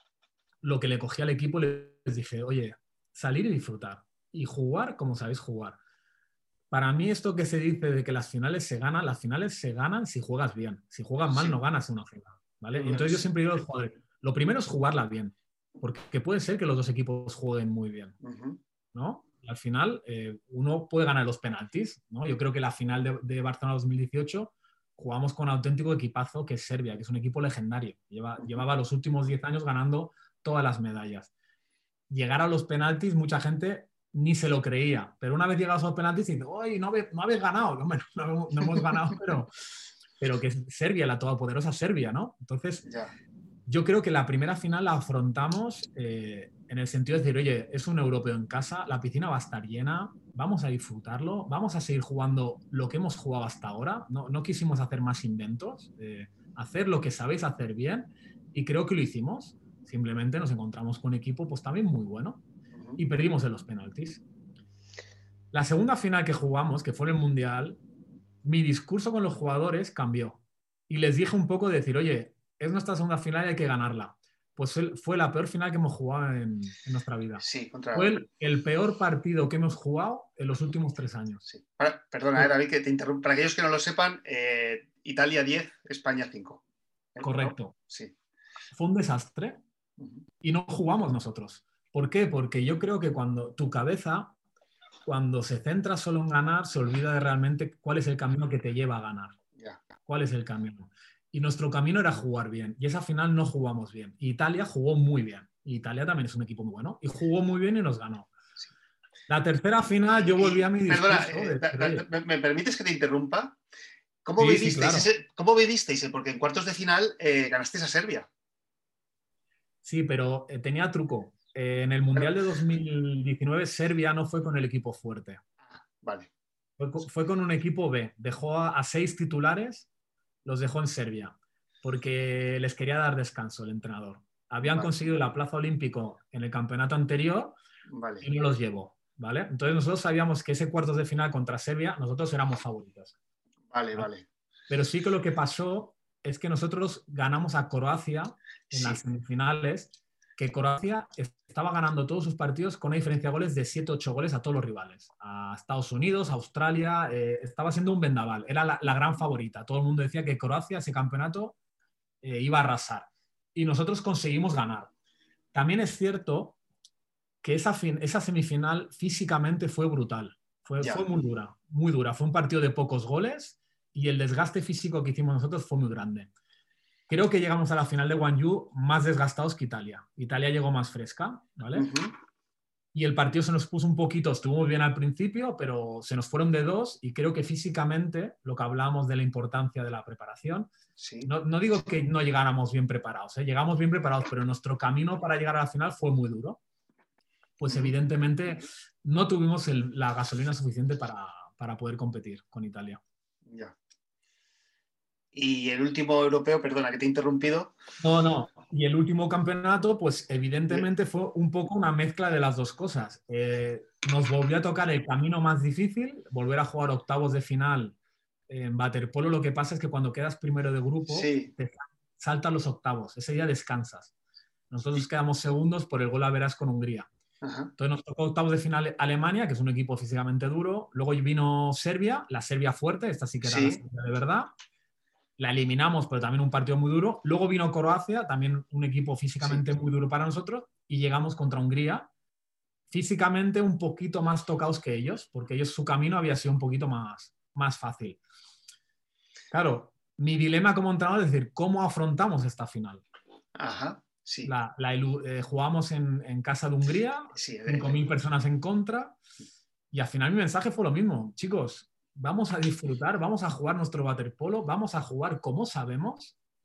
lo que le cogí al equipo les dije, oye, salir y disfrutar. Y jugar como sabéis jugar. Para mí esto que se dice de que las finales se ganan, las finales se ganan si juegas bien. Si juegas mal, sí. no ganas una final, ¿vale? Y entonces yo siempre digo a los jugadores, lo primero es jugarla bien. Porque puede ser que los dos equipos jueguen muy bien, ¿no? Y al final, eh, uno puede ganar los penaltis, ¿no? Yo creo que la final de, de Barcelona dos mil dieciocho jugamos con un auténtico equipazo que es Serbia, que es un equipo legendario. Lleva, llevaba los últimos diez años ganando todas las medallas. Llegar a los penaltis, mucha gente ni se lo creía. Pero una vez llegados a los penaltis, dice, ¡ay, no, habe, no habéis ganado! No, no, no, no hemos ganado, pero, pero que es Serbia, la todopoderosa Serbia, ¿no? Entonces... Yeah. Yo creo que la primera final la afrontamos eh, en el sentido de decir, oye, es un europeo en casa, la piscina va a estar llena, vamos a disfrutarlo, vamos a seguir jugando lo que hemos jugado hasta ahora, no, no quisimos hacer más inventos, eh, hacer lo que sabéis hacer bien y creo que lo hicimos. Simplemente nos encontramos con un equipo pues también muy bueno y perdimos en los penaltis. La segunda final que jugamos, que fue en el Mundial, mi discurso con los jugadores cambió y les dije un poco de decir, oye, es nuestra segunda final y hay que ganarla. Pues fue la peor final que hemos jugado en, en nuestra vida. Sí, contra... Fue el, el peor partido que hemos jugado en los últimos tres años. Sí. Para, perdona, eh, David, que te interrumpo. Para aquellos que no lo sepan, eh, Italia diez, España cinco. ¿Eh? Correcto. Sí. Fue un desastre uh-huh. y no jugamos nosotros. ¿Por qué? Porque yo creo que cuando tu cabeza, cuando se centra solo en ganar, se olvida de realmente cuál es el camino que te lleva a ganar. Yeah. ¿Cuál es el camino? Y nuestro camino era jugar bien. Y esa final no jugamos bien. Y Italia jugó muy bien. Y Italia también es un equipo muy bueno. Y jugó muy bien y nos ganó. Sí. La tercera final yo volví a mi discurso. Perdona, eh, de, ¿me, ¿me permites que te interrumpa? ¿Cómo, sí, vivisteis, sí, claro. ese, ¿cómo vivisteis? Porque en cuartos de final eh, ganasteis a Serbia. Sí, pero eh, tenía truco. Eh, en el Mundial de dos mil diecinueve Serbia no fue con el equipo fuerte. Vale. Fue, fue con un equipo B. Dejó a, a seis titulares. Los dejó en Serbia, porque les quería dar descanso el entrenador. Habían vale. conseguido la plaza olímpico en el campeonato anterior vale. y no los llevó, ¿vale? Entonces nosotros sabíamos que ese cuartos de final contra Serbia, nosotros éramos favoritos. Vale, vale. vale. Pero sí que lo que pasó es que nosotros ganamos a Croacia en sí. las semifinales, que Croacia estaba ganando todos sus partidos con una diferencia de goles de siete ocho goles a todos los rivales. A Estados Unidos, a Australia, eh, estaba siendo un vendaval. Era la, la gran favorita. Todo el mundo decía que Croacia, ese campeonato, eh, iba a arrasar. Y nosotros conseguimos ganar. También es cierto que esa, fin, esa semifinal físicamente fue brutal. Fue, fue muy dura, muy dura. Fue un partido de pocos goles y el desgaste físico que hicimos nosotros fue muy grande. Creo que llegamos a la final de Gwangju más desgastados que Italia. Italia llegó más fresca, ¿vale? Uh-huh. Y el partido se nos puso un poquito, estuvo muy bien al principio, pero se nos fueron de dos y creo que físicamente, lo que hablábamos de la importancia de la preparación, sí. no, no digo que no llegáramos bien preparados, ¿eh? Llegamos bien preparados, pero nuestro camino para llegar a la final fue muy duro. Pues uh-huh. evidentemente no tuvimos el, la gasolina suficiente para, para poder competir con Italia. Ya. Yeah. Y el último europeo, perdona que te he interrumpido. No, no. Y el último campeonato, pues evidentemente fue un poco una mezcla de las dos cosas. Eh, nos volvió a tocar el camino más difícil, volver a jugar octavos de final en waterpolo. Lo que pasa es que cuando quedas primero de grupo, sí. te saltan los octavos. Ese día descansas. Nosotros quedamos segundos por el gol a veras con Hungría. Ajá. Entonces nos tocó octavos de final Alemania, que es un equipo físicamente duro. Luego vino Serbia, la Serbia fuerte, esta sí que era sí. la Serbia de verdad. La eliminamos, pero también un partido muy duro. Luego vino Croacia, también un equipo físicamente sí. muy duro para nosotros. Y llegamos contra Hungría, físicamente un poquito más tocados que ellos, porque ellos su camino había sido un poquito más, más fácil. Claro, mi dilema como entrenador es decir, ¿cómo afrontamos esta final? Ajá, sí. La, la, eh, jugamos en, en casa de Hungría, sí, cinco mil personas en contra. Y al final mi mensaje fue lo mismo. Chicos, vamos a disfrutar, vamos a jugar nuestro waterpolo, vamos a jugar como sabemos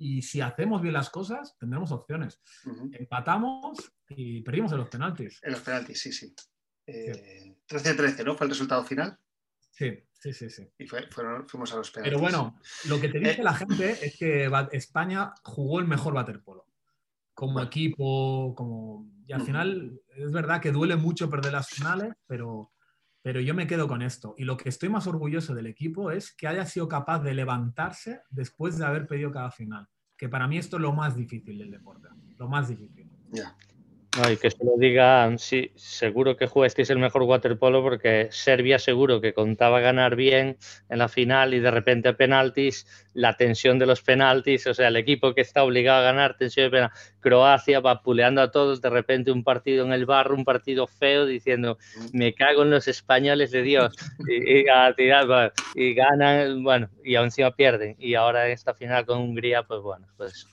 y si hacemos bien las cosas, tendremos opciones. Uh-huh. Empatamos y perdimos en los penaltis. En los penaltis, sí, sí. Eh, trece a trece, ¿no? Fue el resultado final. Sí, sí, sí, sí. Y fue, fueron, fuimos a los penaltis. Pero bueno, lo que te dice eh, la gente es que España jugó el mejor waterpolo. Como bueno. equipo, como... Y al uh-huh. final, es verdad que duele mucho perder las finales, pero, pero yo me quedo con esto. Y lo que estoy más orgulloso del equipo es que haya sido capaz de levantarse después de haber perdido cada final. Que para mí esto es lo más difícil del deporte. Lo más difícil. Ya. Yeah. No, y que se lo digan, sí, seguro que jugasteis el mejor waterpolo porque Serbia seguro que contaba ganar bien en la final y de repente a penaltis, la tensión de los penaltis, o sea, el equipo que está obligado a ganar, tensión de penaltis. Croacia vapuleando a todos, de repente un partido en el barro, un partido feo, diciendo, me cago en los españoles de Dios, y, y a tirar, bueno, y ganan, bueno, y aún encima pierden, y ahora en esta final con Hungría, pues bueno, pues...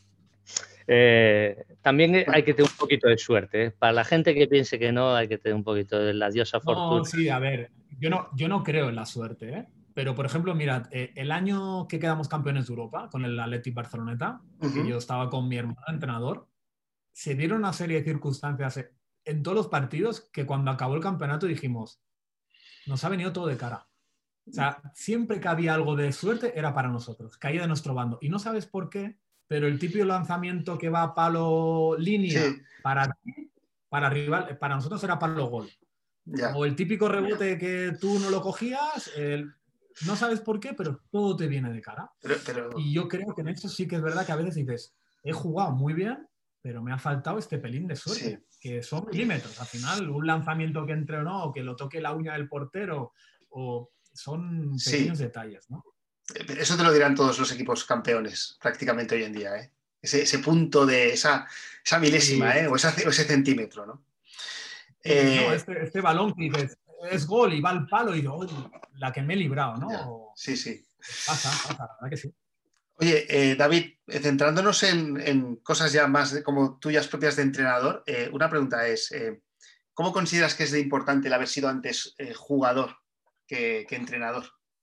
Eh, también hay que tener un poquito de suerte, ¿eh? Para la gente que piense que no, hay que tener un poquito de la diosa fortuna. No, sí, a ver, yo no, yo no creo en la suerte, ¿eh? Pero, por ejemplo, mirad, eh, el año que quedamos campeones de Europa con el Athletic Barceloneta, uh-huh. que yo estaba con mi hermano entrenador, se dieron una serie de circunstancias en todos los partidos que cuando acabó el campeonato dijimos, nos ha venido todo de cara. O sea, siempre que había algo de suerte era para nosotros, caía de nuestro bando. Y no sabes por qué, pero el típico lanzamiento que va a palo línea sí. para ti, para rival, para nosotros era palo gol. Yeah. O el típico rebote yeah. que tú no lo cogías, el, no sabes por qué, pero todo te viene de cara. Pero, pero... Y yo creo que en eso sí que es verdad que a veces dices, he jugado muy bien, pero me ha faltado este pelín de suerte, sí. que son milímetros. Al final, un lanzamiento que entre o no, o que lo toque la uña del portero, o son pequeños sí. detalles, ¿no? Eso te lo dirán todos los equipos campeones prácticamente hoy en día, ¿eh? Ese, ese punto de esa, esa milésima, sí. ¿eh? o, esa, o ese centímetro, ¿no? Sí, eh... no este, este balón que dices, es gol y va al palo y digo, oh, la que me he librado, ¿no? Ya. Sí, sí. Pasa, pasa, la verdad que sí. Oye, eh, David, centrándonos en, en cosas ya más de, como tuyas propias de entrenador, eh, una pregunta es, eh, ¿cómo consideras que es de importante el haber sido antes eh, jugador que, que entrenador?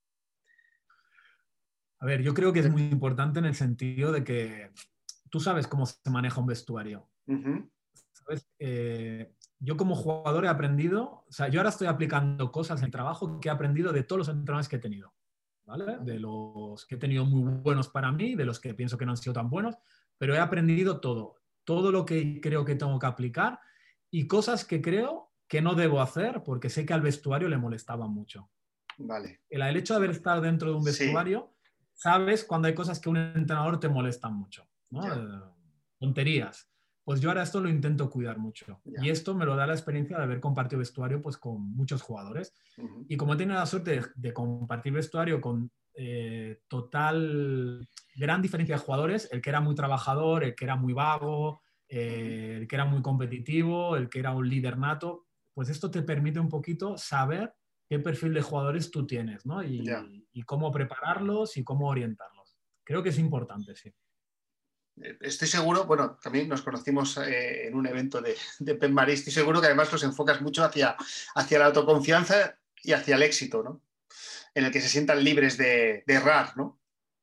A ver, yo creo que es muy importante en el sentido de que tú sabes cómo se maneja un vestuario. Uh-huh. ¿Sabes? Eh, yo como jugador he aprendido, o sea, yo ahora estoy aplicando cosas en el trabajo que he aprendido de todos los entrenadores que he tenido, ¿vale? De los que he tenido muy buenos para mí, de los que pienso que no han sido tan buenos, pero he aprendido todo, todo lo que creo que tengo que aplicar y cosas que creo que no debo hacer porque sé que al vestuario le molestaba mucho. Vale. El, el hecho de haber estado dentro de un vestuario... Sí. Sabes cuando hay cosas que un entrenador te molestan mucho, ¿no? Eh, tonterías. Pues yo ahora esto lo intento cuidar mucho. Ya. Y esto me lo da la experiencia de haber compartido vestuario pues, con muchos jugadores. Uh-huh. Y como he tenido la suerte de, de compartir vestuario con eh, total gran diferencia de jugadores, el que era muy trabajador, el que era muy vago, eh, el que era muy competitivo, el que era un líder nato, pues esto te permite un poquito saber qué perfil de jugadores tú tienes, ¿no? Y, yeah. y cómo prepararlos y cómo orientarlos. Creo que es importante, sí. Estoy seguro, bueno, también nos conocimos eh, en un evento de, de Pep Marí, estoy seguro que además los enfocas mucho hacia, hacia la autoconfianza y hacia el éxito, ¿no? En el que se sientan libres de, de errar, ¿no?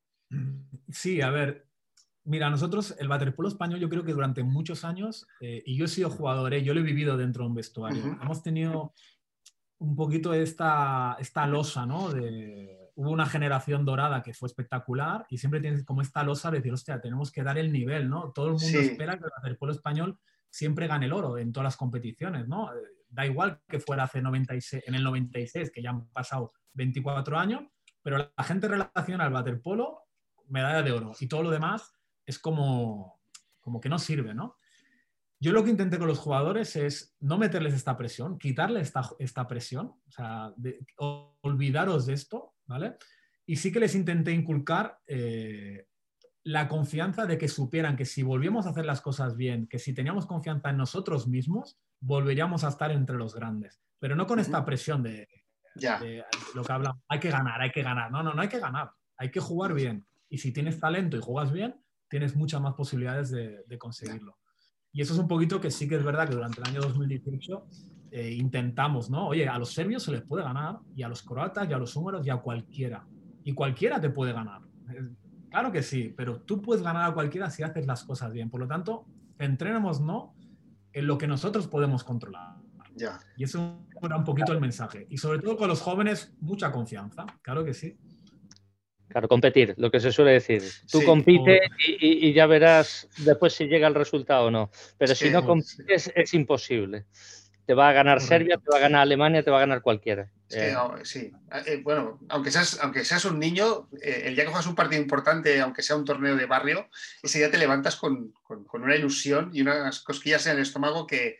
Sí, a ver, mira, nosotros, el waterpolo español, yo creo que durante muchos años, eh, y yo he sido jugador, eh, yo lo he vivido dentro de un vestuario, uh-huh. hemos tenido... un poquito esta, esta losa, ¿no? De, hubo una generación dorada que fue espectacular y siempre tienes como esta losa de decir, hostia, tenemos que dar el nivel, ¿no? Todo el mundo sí. espera que el waterpolo español siempre gane el oro en todas las competiciones, ¿no? Da igual que fuera hace noventa y seis, en el noventa y seis, que ya han pasado veinticuatro años, pero la gente relaciona el waterpolo medalla de oro y todo lo demás es como, como que no sirve, ¿no? Yo lo que intenté con los jugadores es no meterles esta presión, quitarles esta, esta presión, o sea, de, olvidaros de esto, ¿vale? Y sí que les intenté inculcar eh, la confianza de que supieran que si volvíamos a hacer las cosas bien, que si teníamos confianza en nosotros mismos, volveríamos a estar entre los grandes. Pero no con uh-huh. esta presión de, yeah. de, de lo que hablamos, hay que ganar, hay que ganar. No, no, no hay que ganar, hay que jugar bien. Y si tienes talento y juegas bien, tienes muchas más posibilidades de, de conseguirlo. Yeah. Y eso es un poquito que sí que es verdad que durante el año dos mil dieciocho eh, intentamos, ¿no? Oye, a los serbios se les puede ganar, y a los croatas, y a los húngaros, y a cualquiera. Y cualquiera te puede ganar. Claro que sí, pero tú puedes ganar a cualquiera si haces las cosas bien. Por lo tanto, centrémonos no en lo que nosotros podemos controlar. Ya. Y eso era un poquito el mensaje. Y sobre todo con los jóvenes, mucha confianza. Claro que sí. Claro, competir, lo que se suele decir. Tú Sí. compite y, y, y ya verás después si llega el resultado o no. Pero Es si que, no compites, sí. Es imposible. Te va a ganar Correcto. Serbia, te va a ganar Alemania, te va a ganar cualquiera. Es que, eh. sí. Eh, bueno, aunque seas, aunque seas un niño, eh, el día que juegas un partido importante, aunque sea un torneo de barrio, ese día te levantas con, con, con una ilusión y unas cosquillas en el estómago que,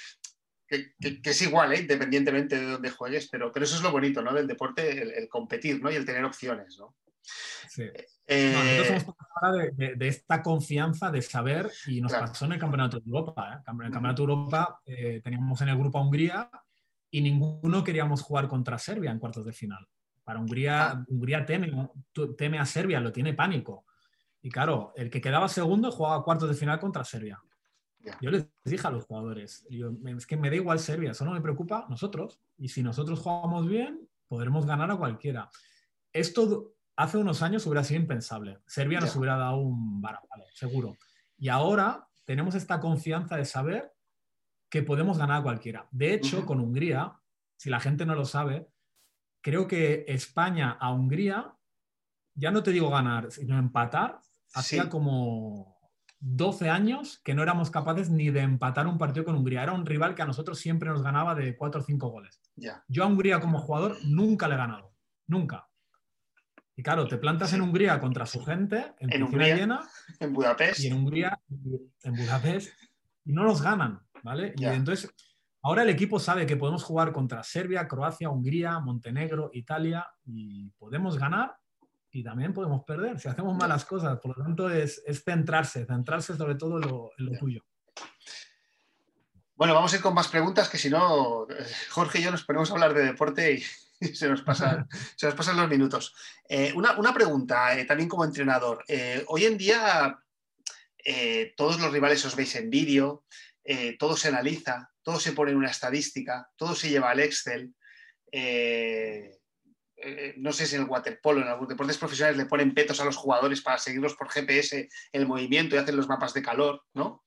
que, que, que es igual, ¿eh? Independientemente de dónde juegues, pero, pero eso es lo bonito, ¿no? Del deporte, el, el competir, ¿no? Y el tener opciones, ¿no? Sí. Eh, no, nosotros somos ahora de, de, de esta confianza de saber, y nos claro. pasó en el Campeonato de Europa. ¿eh? En el Campeonato de Europa eh, teníamos en el grupo a Hungría y ninguno queríamos jugar contra Serbia en cuartos de final. Para Hungría, ah. Hungría teme, teme a Serbia, lo tiene pánico. Y claro, el que quedaba segundo jugaba cuartos de final contra Serbia. Yeah. Yo les dije a los jugadores, yo, es que me da igual Serbia, solo me preocupa nosotros. Y si nosotros jugamos bien, podremos ganar a cualquiera. Esto hace unos años hubiera sido impensable. Serbia yeah. nos hubiera dado un varapalo, seguro. Y ahora tenemos esta confianza de saber que podemos ganar a cualquiera. De hecho, uh-huh. con Hungría, si la gente no lo sabe, creo que España a Hungría, ya no te digo ganar, sino empatar, hacía sí. como doce años que no éramos capaces ni de empatar un partido con Hungría. Era un rival que a nosotros siempre nos ganaba de cuatro o cinco goles. Yeah. Yo a Hungría como jugador nunca le he ganado. Nunca. Y claro, te plantas sí. en Hungría contra su gente, en, en Hungría, llena, en Budapest. Y en Hungría, en Budapest, y no nos ganan, ¿vale? Yeah. Y entonces, ahora el equipo sabe que podemos jugar contra Serbia, Croacia, Hungría, Montenegro, Italia, y podemos ganar y también podemos perder si hacemos yeah. malas cosas. Por lo tanto, es, es centrarse, centrarse sobre todo en lo, en lo yeah. tuyo. Bueno, vamos a ir con más preguntas, que si no, Jorge y yo nos ponemos a hablar de deporte y... Se nos, pasan, se nos pasan los minutos. Eh, una, una pregunta, eh, también como entrenador. Eh, hoy en día eh, todos los rivales os veis en vídeo, eh, todo se analiza, todo se pone en una estadística, todo se lleva al Excel. Eh, eh, no sé si en el waterpolo, en algunos deportes profesionales le ponen petos a los jugadores para seguirlos por G P S el movimiento y hacen los mapas de calor, ¿no?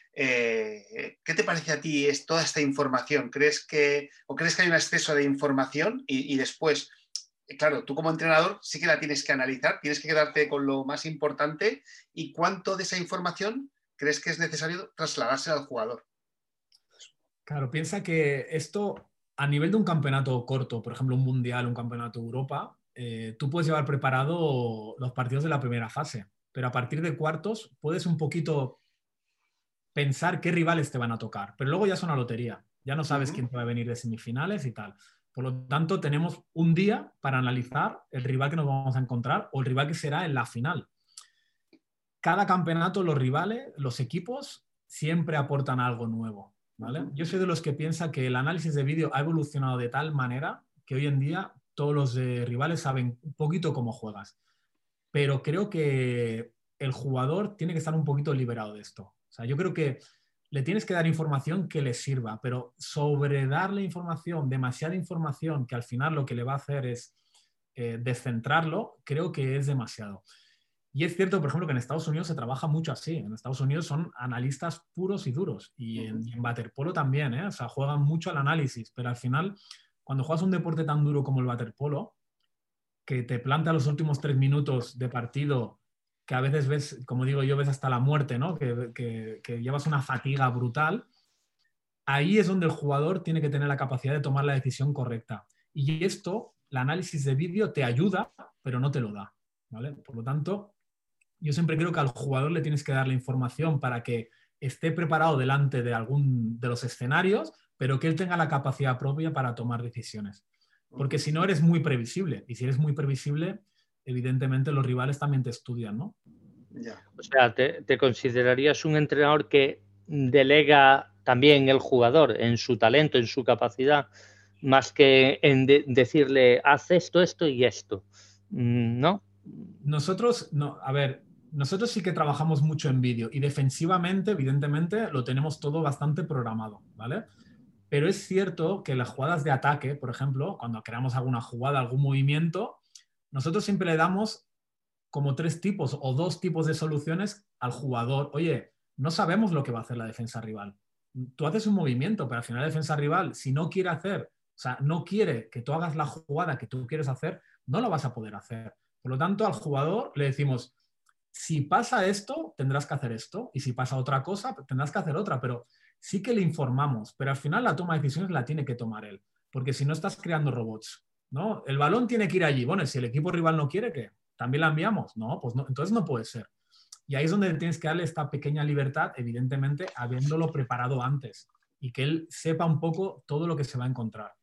Eh, ¿Qué te parece a ti es toda esta información? ¿Crees que, o crees que hay un exceso de información? Y, y después, claro, tú como entrenador sí que la tienes que analizar, tienes que quedarte con lo más importante. ¿Y cuánto de esa información crees que es necesario trasladarse al jugador? Claro, piensa que esto a nivel de un campeonato corto, por ejemplo un mundial, un campeonato de Europa, eh, tú puedes llevar preparado los partidos de la primera fase, pero a partir de cuartos puedes un poquito pensar qué rivales te van a tocar, pero luego ya es una lotería, ya no sabes uh-huh. quién te va a venir de semifinales y tal. Por lo tanto, tenemos un día para analizar el rival que nos vamos a encontrar o el rival que será en la final. Cada campeonato, los rivales, los equipos, siempre aportan algo nuevo, ¿vale? Uh-huh. Yo soy de los que piensa que el análisis de vídeo ha evolucionado de tal manera que hoy en día todos los eh, rivales saben un poquito cómo juegas. Pero creo que el jugador tiene que estar un poquito liberado de esto. O sea, yo creo que le tienes que dar información que le sirva, pero sobre darle información, demasiada información, que al final lo que le va a hacer es eh, descentrarlo, creo que es demasiado. Y es cierto, por ejemplo, que en Estados Unidos se trabaja mucho así. En Estados Unidos son analistas puros y duros. Y en, y en waterpolo también, ¿eh? O sea, juegan mucho al análisis. Pero al final, cuando juegas un deporte tan duro como el waterpolo, que te planta los últimos tres minutos de partido, que a veces ves, como digo yo, ves hasta la muerte, ¿no? Que, que, que llevas una fatiga brutal, ahí es donde el jugador tiene que tener la capacidad de tomar la decisión correcta. Y esto, el análisis de vídeo te ayuda, pero no te lo da, ¿vale? Por lo tanto, yo siempre creo que al jugador le tienes que dar la información para que esté preparado delante de algún de los escenarios, pero que él tenga la capacidad propia para tomar decisiones. Porque si no, eres muy previsible. Y si eres muy previsible, evidentemente los rivales también te estudian, ¿no? Yeah. O sea, te, te considerarías un entrenador que delega también el jugador en su talento, en su capacidad, más que en de decirle, haz esto, esto y esto, ¿no? Nosotros, no, a ver, nosotros sí que trabajamos mucho en vídeo y defensivamente, evidentemente, lo tenemos todo bastante programado, ¿vale? Pero es cierto que las jugadas de ataque, por ejemplo, cuando creamos alguna jugada, algún movimiento, nosotros siempre le damos como tres tipos o dos tipos de soluciones al jugador. Oye, no sabemos lo que va a hacer la defensa rival. Tú haces un movimiento, pero al final la defensa rival, si no quiere hacer, o sea, no quiere que tú hagas la jugada que tú quieres hacer, no lo vas a poder hacer. Por lo tanto, al jugador le decimos, si pasa esto, tendrás que hacer esto, y si pasa otra cosa, tendrás que hacer otra, pero sí que le informamos, pero al final la toma de decisiones la tiene que tomar él, porque si no estás creando robots, ¿no? El balón tiene que ir allí. Bueno, si el equipo rival no quiere, ¿qué? ¿También la enviamos? No, pues no, entonces no puede ser. Y ahí es donde tienes que darle esta pequeña libertad, evidentemente, habiéndolo preparado antes y que él sepa un poco todo lo que se va a encontrar.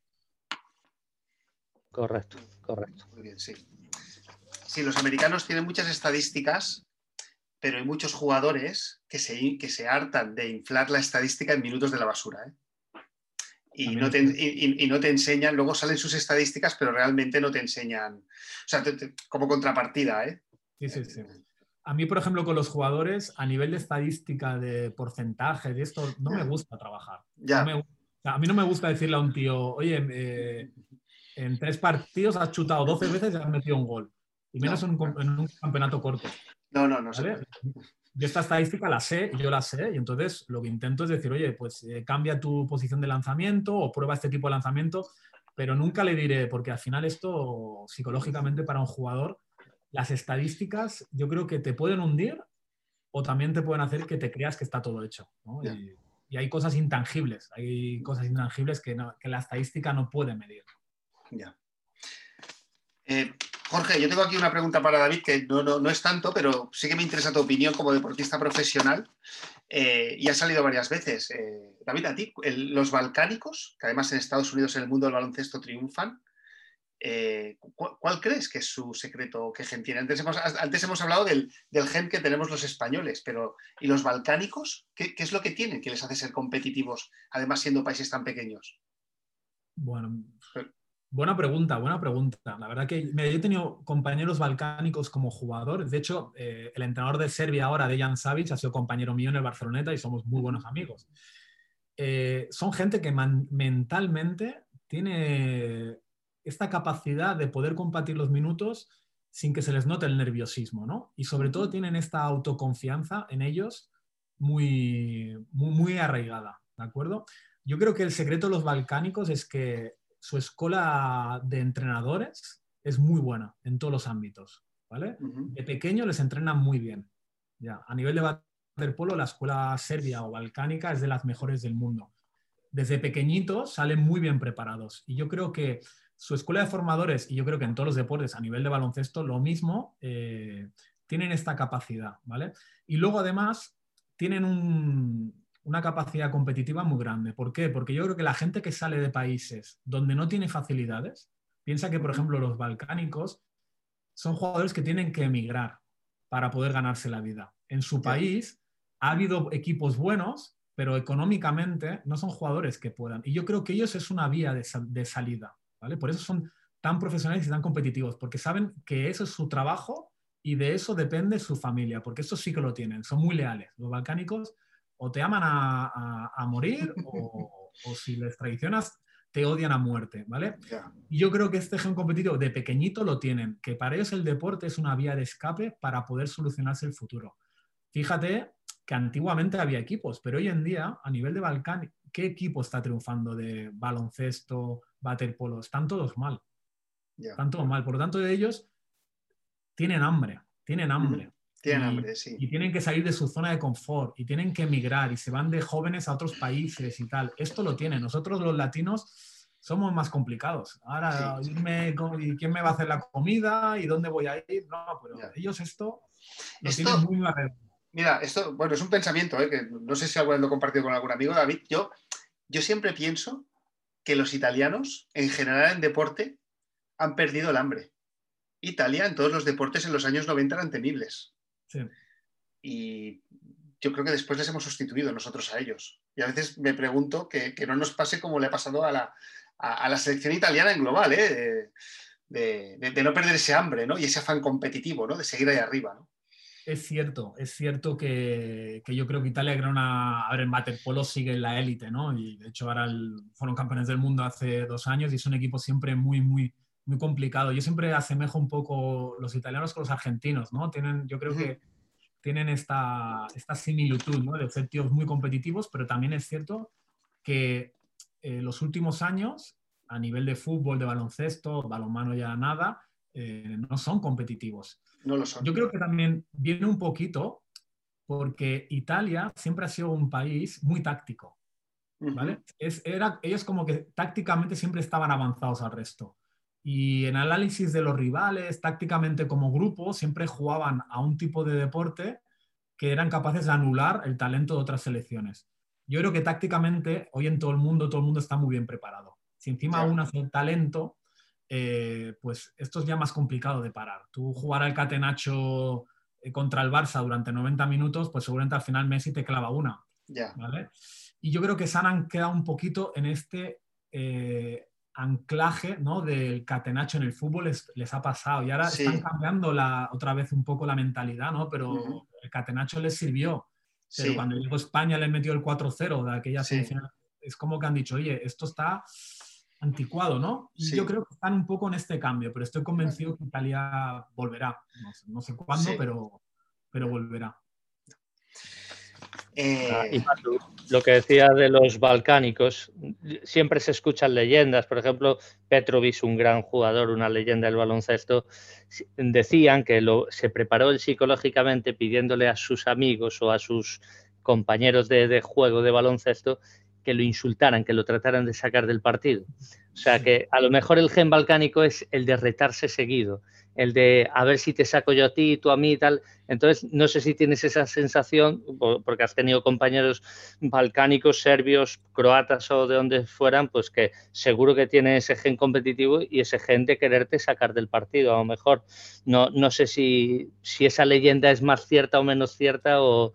Correcto, correcto. Muy bien, sí. Sí, los americanos tienen muchas estadísticas, pero hay muchos jugadores que se, que se hartan de inflar la estadística en minutos de la basura, ¿eh? Y no, te, y, y no te enseñan, luego salen sus estadísticas, pero realmente no te enseñan, o sea, te, te, como contrapartida, ¿eh? Sí, sí, sí. A mí, por ejemplo, con los jugadores, a nivel de estadística, de porcentaje, de esto, no me gusta trabajar. Ya. No me, o sea, a mí no me gusta decirle a un tío, oye, eh, en tres partidos has chutado doce veces y has metido un gol. Y menos no. en, un, en un campeonato corto. No, no, no. ¿Vale? Yo esta estadística la sé, yo la sé, y entonces lo que intento es decir, oye, pues eh, cambia tu posición de lanzamiento o prueba este tipo de lanzamiento, pero nunca le diré, porque al final esto, psicológicamente para un jugador, las estadísticas yo creo que te pueden hundir o también te pueden hacer que te creas que está todo hecho, ¿no? Yeah. Y, y hay cosas intangibles, hay cosas intangibles que, no, que la estadística no puede medir. Ya. Yeah. Eh, Jorge, yo tengo aquí una pregunta para David, que no, no, no es tanto, pero sí que me interesa tu opinión como deportista profesional, eh, y ha salido varias veces. Eh, David, a ti, el, los balcánicos, que además en Estados Unidos en el mundo del baloncesto triunfan, eh, ¿cuál, ¿cuál crees que es su secreto? ¿Qué gen tiene? Antes hemos, antes hemos hablado del, del gen que tenemos los españoles, pero ¿y los balcánicos? ¿Qué, qué es lo que tienen que les hace ser competitivos, además siendo países tan pequeños? Bueno... Buena pregunta, buena pregunta. La verdad que mira, yo he tenido compañeros balcánicos como jugadores. De hecho, eh, el entrenador de Serbia ahora, Dejan Savic, ha sido compañero mío en el Barceloneta y somos muy buenos amigos. Eh, son gente que man, mentalmente tiene esta capacidad de poder compartir los minutos sin que se les note el nerviosismo, ¿no? Y sobre todo tienen esta autoconfianza en ellos muy, muy, muy arraigada, ¿de acuerdo? Yo creo que el secreto de los balcánicos es que su escuela de entrenadores es muy buena en todos los ámbitos, ¿vale? Uh-huh. De pequeño les entrenan muy bien. Ya, a nivel de waterpolo, la escuela serbia o balcánica es de las mejores del mundo. Desde pequeñitos salen muy bien preparados. Y yo creo que su escuela de formadores, y yo creo que en todos los deportes, a nivel de baloncesto, lo mismo, eh, tienen esta capacidad, ¿vale? Y luego, además, tienen un... una capacidad competitiva muy grande. ¿Por qué? Porque yo creo que la gente que sale de países donde no tiene facilidades, piensa que, por ejemplo, los balcánicos son jugadores que tienen que emigrar para poder ganarse la vida. En su país ha habido equipos buenos, pero económicamente no son jugadores que puedan. Y yo creo que ellos es una vía de, de salida, ¿vale? Por eso son tan profesionales y tan competitivos, porque saben que eso es su trabajo y de eso depende su familia, porque eso sí que lo tienen, son muy leales. Los balcánicos o te aman a, a, a morir o, o si les traicionas te odian a muerte, ¿vale? Yeah. Y yo creo que este gen competitivo de pequeñito lo tienen, que para ellos el deporte es una vía de escape para poder solucionarse el futuro. Fíjate que antiguamente había equipos, pero hoy en día, a nivel de Balcán, ¿qué equipo está triunfando de baloncesto, waterpolo? Están todos mal. Yeah. Están todos mal. Por lo tanto, ellos tienen hambre, tienen hambre. Mm-hmm. Tienen y, hambre, sí. Y tienen que salir de su zona de confort y tienen que emigrar y se van de jóvenes a otros países y tal. Esto lo tienen. Nosotros los latinos somos más complicados. Ahora, sí. irme, ¿y quién me va a hacer la comida? ¿Y dónde voy a ir? No, pero yeah. ellos esto lo esto, tienen muy mal. Mira, esto, bueno, es un pensamiento, ¿eh? Que no sé si alguna vez lo he compartido con algún amigo, David. Yo, yo siempre pienso que los italianos, en general en deporte, han perdido el hambre. Italia, en todos los deportes, en los años noventa eran temibles. Sí. Y yo creo que después les hemos sustituido nosotros a ellos. Y a veces me pregunto que, que no nos pase como le ha pasado a la, a, a la selección italiana en global, ¿eh? de, de, de, de no perder ese hambre, ¿no? Y ese afán competitivo, ¿no? De seguir ahí arriba, ¿no? Es cierto, es cierto que, que yo creo que Italia era una... A ver, en waterpolo sigue en la élite, ¿no? Y de hecho ahora el, fueron campeones del mundo hace dos años y es un equipo siempre muy, muy, muy complicado. Yo siempre asemejo un poco los italianos con los argentinos, ¿no? Tienen, yo creo que tienen esta, esta similitud, ¿no? De ser tíos muy competitivos, pero también es cierto que eh, los últimos años, a nivel de fútbol, de baloncesto, balonmano ya nada, eh, no son competitivos. No lo son. Yo creo que también viene un poquito porque Italia siempre ha sido un país muy táctico, ¿vale? Uh-huh. Es, era, ellos como que tácticamente siempre estaban avanzados al resto. Y en análisis de los rivales, tácticamente como grupo, siempre jugaban a un tipo de deporte que eran capaces de anular el talento de otras selecciones. Yo creo que tácticamente hoy en todo el mundo, todo el mundo está muy bien preparado. Si encima yeah. uno hace el talento, eh, pues esto es ya más complicado de parar. Tú jugar al catenaccio contra el Barça durante noventa minutos, pues seguramente al final Messi te clava una. Yeah. ¿Vale? Y yo creo que se han quedado un poquito en este eh, anclaje, ¿no? Del catenaccio en el fútbol, les, les ha pasado. Y ahora sí. están cambiando la, otra vez un poco la mentalidad, ¿no? Pero uh-huh. el catenaccio les sirvió. Pero sí. cuando llegó España le metió el cuatro cero de aquella sí. semifinal. Es como que han dicho, oye, esto está anticuado, ¿no? Y sí. yo creo que están un poco en este cambio, pero estoy convencido que Italia volverá. No sé, no sé cuándo, sí. pero, pero volverá. Eh... Ah, y lo que decía de los balcánicos, siempre se escuchan leyendas. Por ejemplo, Petrovic, un gran jugador, una leyenda del baloncesto, decían que lo, se preparó él psicológicamente pidiéndole a sus amigos o a sus compañeros de, de juego de baloncesto que lo insultaran, que lo trataran de sacar del partido. O sea, que a lo mejor el gen balcánico es el de retarse seguido, el de a ver si te saco yo a ti, tú a mí y tal. Entonces, no sé si tienes esa sensación, porque has tenido compañeros balcánicos, serbios, croatas o de donde fueran, pues que seguro que tienen ese gen competitivo y ese gen de quererte sacar del partido. A lo mejor no, no sé si, si esa leyenda es más cierta o menos cierta o...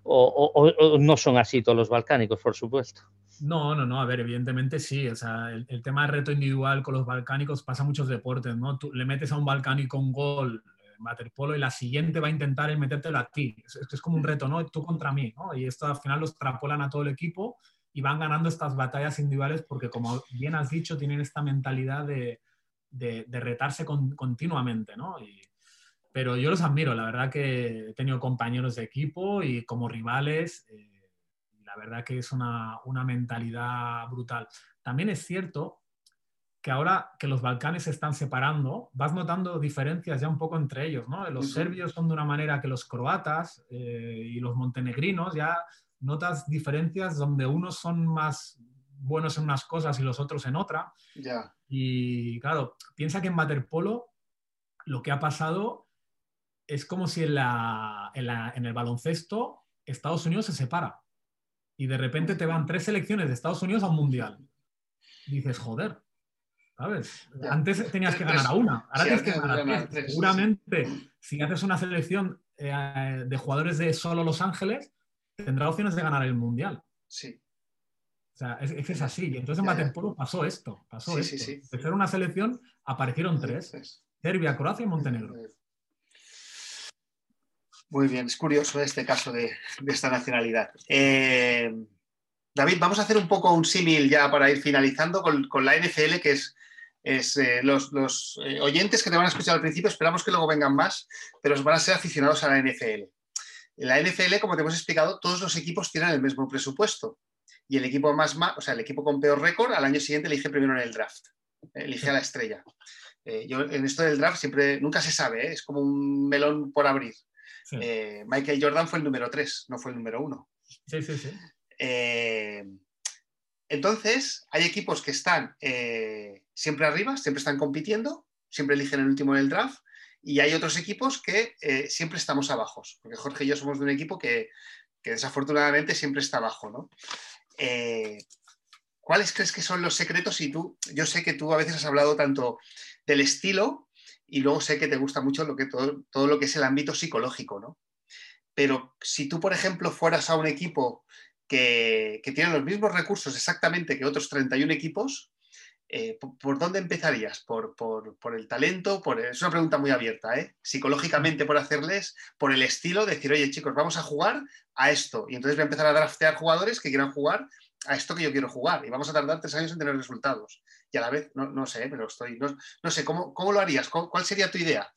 O, o, o no son así todos los balcánicos, por supuesto. No, no, no, a ver, evidentemente sí. O sea, el, el tema de reto individual con los balcánicos pasa en muchos deportes, ¿no? Tú le metes a un balcánico un gol en waterpolo y la siguiente va a intentar el metértelo a ti. Es, es como un reto, ¿no? Tú contra mí, ¿no? Y esto al final lo extrapolan a todo el equipo y van ganando estas batallas individuales porque, como bien has dicho, tienen esta mentalidad de, de, de retarse con, continuamente, ¿no? Y, pero yo los admiro, la verdad que he tenido compañeros de equipo y como rivales, eh, la verdad que es una, una mentalidad brutal. También es cierto que ahora que los Balcanes se están separando, vas notando diferencias ya un poco entre ellos, ¿no? Los uh-huh. serbios son de una manera que los croatas eh, y los montenegrinos, ya notas diferencias donde unos son más buenos en unas cosas y los otros en otra. Yeah. Y claro, piensa que en waterpolo lo que ha pasado es como si en, la, en, la, en el baloncesto Estados Unidos se separa y de repente te van tres selecciones de Estados Unidos a un mundial. Y dices, joder, ¿sabes? Ya. Antes tenías que ganar a una, ahora sí, tienes que ganar a tres. tres. Seguramente, sí. si haces una selección eh, de jugadores de solo Los Ángeles, tendrá opciones de ganar el mundial. Sí. O sea, es, es así. Y entonces en waterpolo pasó esto. Pasó sí, esto. Sí, sí. De ser una selección, aparecieron tres. tres. Serbia, Croacia y Montenegro. Muy bien, es curioso este caso de, de esta nacionalidad. Eh, David, vamos a hacer un poco un símil ya para ir finalizando con, con la N F L, que es, es eh, los, los eh, oyentes que te van a escuchar al principio, esperamos que luego vengan más, pero van a ser aficionados a la N F L. En la N F L, como te hemos explicado, todos los equipos tienen el mismo presupuesto y el equipo más, más o sea, el equipo con peor récord al año siguiente elige primero en el draft, elige a la estrella. Eh, yo en esto del draft siempre, nunca se sabe, ¿eh? Es como un melón por abrir. Sí. Eh, Michael Jordan fue el número tres, no fue el número uno. Sí, sí, sí. Eh, entonces, hay equipos que están eh, siempre arriba, siempre están compitiendo, siempre eligen el último en el draft, y hay otros equipos que eh, siempre estamos abajo, porque Jorge y yo somos de un equipo que, que desafortunadamente siempre está abajo, ¿no? Eh, ¿Cuáles crees que son los secretos? Y tú, yo sé que tú a veces has hablado tanto del estilo y luego sé que te gusta mucho lo que, todo, todo lo que es el ámbito psicológico, ¿no? Pero si tú, por ejemplo, fueras a un equipo que, que tiene los mismos recursos exactamente que otros treinta y uno equipos, eh, ¿por, ¿por dónde empezarías? ¿Por, por, por el talento? Por, es una pregunta muy abierta, ¿eh? Psicológicamente, por hacerles, por el estilo, decir, oye, chicos, vamos a jugar a esto. Y entonces voy a empezar a draftear jugadores que quieran jugar a esto que yo quiero jugar y vamos a tardar tres años en tener resultados. Y a la vez, no, no sé, pero estoy, no, no sé, ¿cómo, ¿cómo lo harías? ¿Cuál sería tu idea?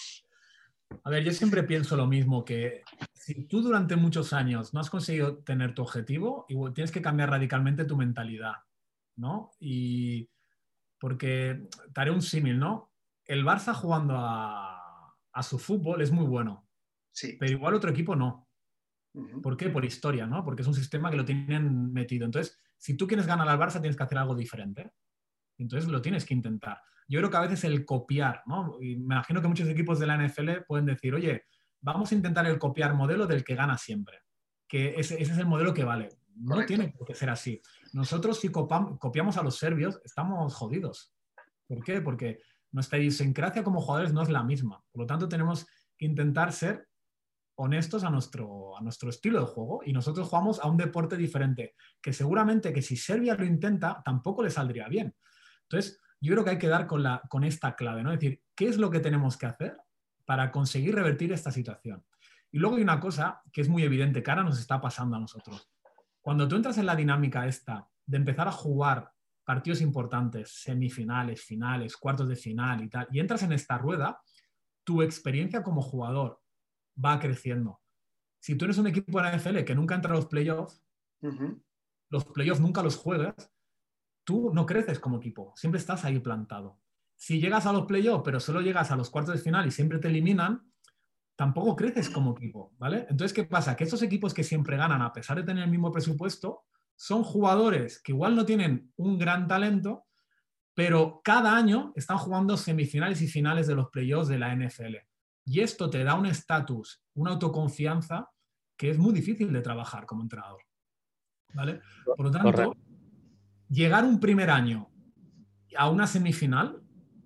A ver, yo siempre pienso lo mismo, que si tú durante muchos años no has conseguido tener tu objetivo, igual tienes que cambiar radicalmente tu mentalidad, ¿no? Y porque te haré un símil, ¿no? El Barça jugando a, a su fútbol es muy bueno, sí. Pero igual otro equipo no. Uh-huh. ¿Por qué? Por historia, ¿no? Porque es un sistema que lo tienen metido. Entonces, si tú quieres ganar al Barça, tienes que hacer algo diferente. Entonces, lo tienes que intentar. Yo creo que a veces el copiar, ¿no? Y me imagino que muchos equipos de la N F L pueden decir, oye, vamos a intentar el copiar modelo del que gana siempre. Que ese, ese es el modelo que vale. No Correcto. tiene por qué ser así. Nosotros, si copam, copiamos a los serbios, estamos jodidos. ¿Por qué? Porque nuestra idiosincrasia como jugadores no es la misma. Por lo tanto, tenemos que intentar ser honestos a nuestro, a nuestro estilo de juego, y nosotros jugamos a un deporte diferente, que seguramente que si Serbia lo intenta, tampoco le saldría bien. Entonces, yo creo que hay que dar con, la, con esta clave, ¿no? Es decir, ¿qué es lo que tenemos que hacer para conseguir revertir esta situación? Y luego hay una cosa que es muy evidente, que ahora nos está pasando a nosotros. Cuando tú entras en la dinámica esta de empezar a jugar partidos importantes, semifinales, finales, cuartos de final y tal, y entras en esta rueda, tu experiencia como jugador va creciendo. Si tú eres un equipo de la N F L que nunca entra a los playoffs, uh-huh. los playoffs nunca los juegas, tú no creces como equipo, siempre estás ahí plantado. Si llegas a los playoffs, pero solo llegas a los cuartos de final y siempre te eliminan, tampoco creces como equipo, ¿vale? Entonces, ¿qué pasa? Que estos equipos que siempre ganan, a pesar de tener el mismo presupuesto, son jugadores que igual no tienen un gran talento, pero cada año están jugando semifinales y finales de los playoffs de la N F L. Y esto te da un estatus, una autoconfianza que es muy difícil de trabajar como entrenador, ¿vale? Por lo tanto, Correcto. llegar un primer año a una semifinal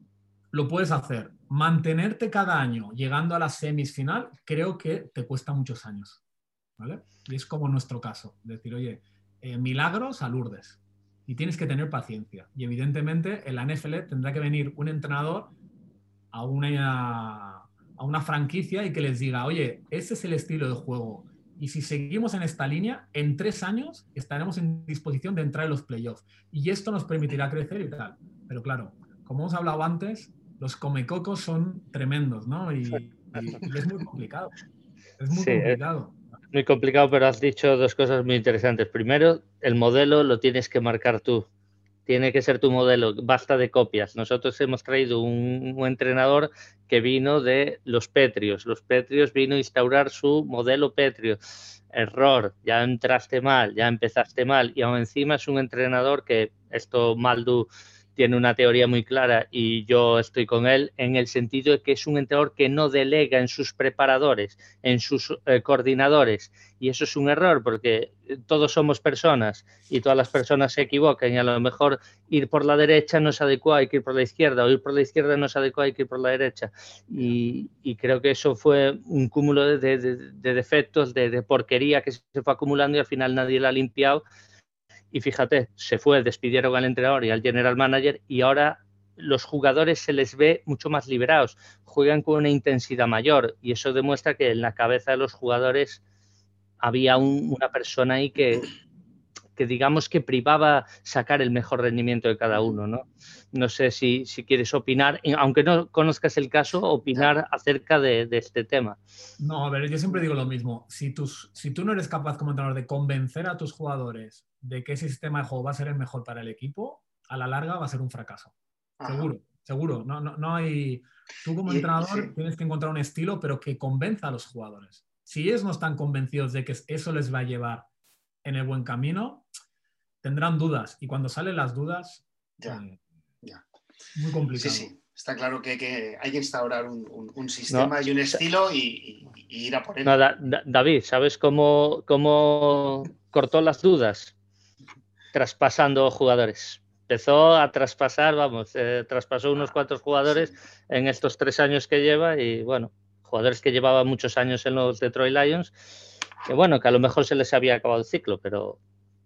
lo puedes hacer. Mantenerte cada año llegando a la semifinal creo que te cuesta muchos años, ¿vale? Y es como nuestro caso, decir, oye, eh, milagros a Lourdes. Y tienes que tener paciencia. Y evidentemente en la N F L tendrá que venir un entrenador a una, a una franquicia y que les diga, oye, ese es el estilo de juego. Y si seguimos en esta línea, en tres años estaremos en disposición de entrar en los playoffs. Y esto nos permitirá crecer y tal. Pero claro, como hemos hablado antes, los comecocos son tremendos, ¿no? Y, y, y es muy complicado. Es muy sí, complicado. Es muy complicado, pero has dicho dos cosas muy interesantes. Primero, el modelo lo tienes que marcar tú. Tiene que ser tu modelo, basta de copias. Nosotros hemos traído un, un entrenador que vino de los Petrios. Los Petrios vino a instaurar su modelo Petrio. Error, ya entraste mal, ya empezaste mal. Y aún encima es un entrenador que, esto Maldu tiene una teoría muy clara y yo estoy con él, en el sentido de que es un entrenador que no delega en sus preparadores, en sus eh, coordinadores. Y eso es un error porque todos somos personas y todas las personas se equivocan y a lo mejor ir por la derecha no es adecuado, hay que ir por la izquierda, o ir por la izquierda no es adecuado, hay que ir por la derecha. Y, y creo que eso fue un cúmulo de, de, de defectos, de, de porquería que se fue acumulando y al final nadie la ha limpiado. Y fíjate, se fue, despidieron al entrenador y al general manager y ahora los jugadores se les ve mucho más liberados, juegan con una intensidad mayor y eso demuestra que en la cabeza de los jugadores había un, una persona ahí que, que digamos que privaba sacar el mejor rendimiento de cada uno, ¿no? No sé si, si quieres opinar, aunque no conozcas el caso, opinar acerca de, de este tema. No, a ver, yo siempre digo lo mismo. Si, tus, si tú no eres capaz como entrenador de convencer a tus jugadores de que ese sistema de juego va a ser el mejor para el equipo, a la larga va a ser un fracaso. Ajá. Seguro, seguro. No, no, no hay... Tú como entrenador sí. tienes que encontrar un estilo, pero que convenza a los jugadores. Si ellos no están convencidos de que eso les va a llevar en el buen camino, tendrán dudas. Y cuando salen las dudas, ya, eh, ya. muy complicado. Sí, sí. Está claro que, que hay que instaurar un, un, un sistema no, y un estilo y, y, y ir a por él. No, da, da, David, ¿sabes cómo, cómo cortó las dudas? Traspasando jugadores. Empezó a traspasar, vamos, eh, traspasó unos cuantos jugadores en estos tres años que lleva y, bueno, jugadores que llevaban muchos años en los Detroit Lions, que, bueno, que a lo mejor se les había acabado el ciclo, pero,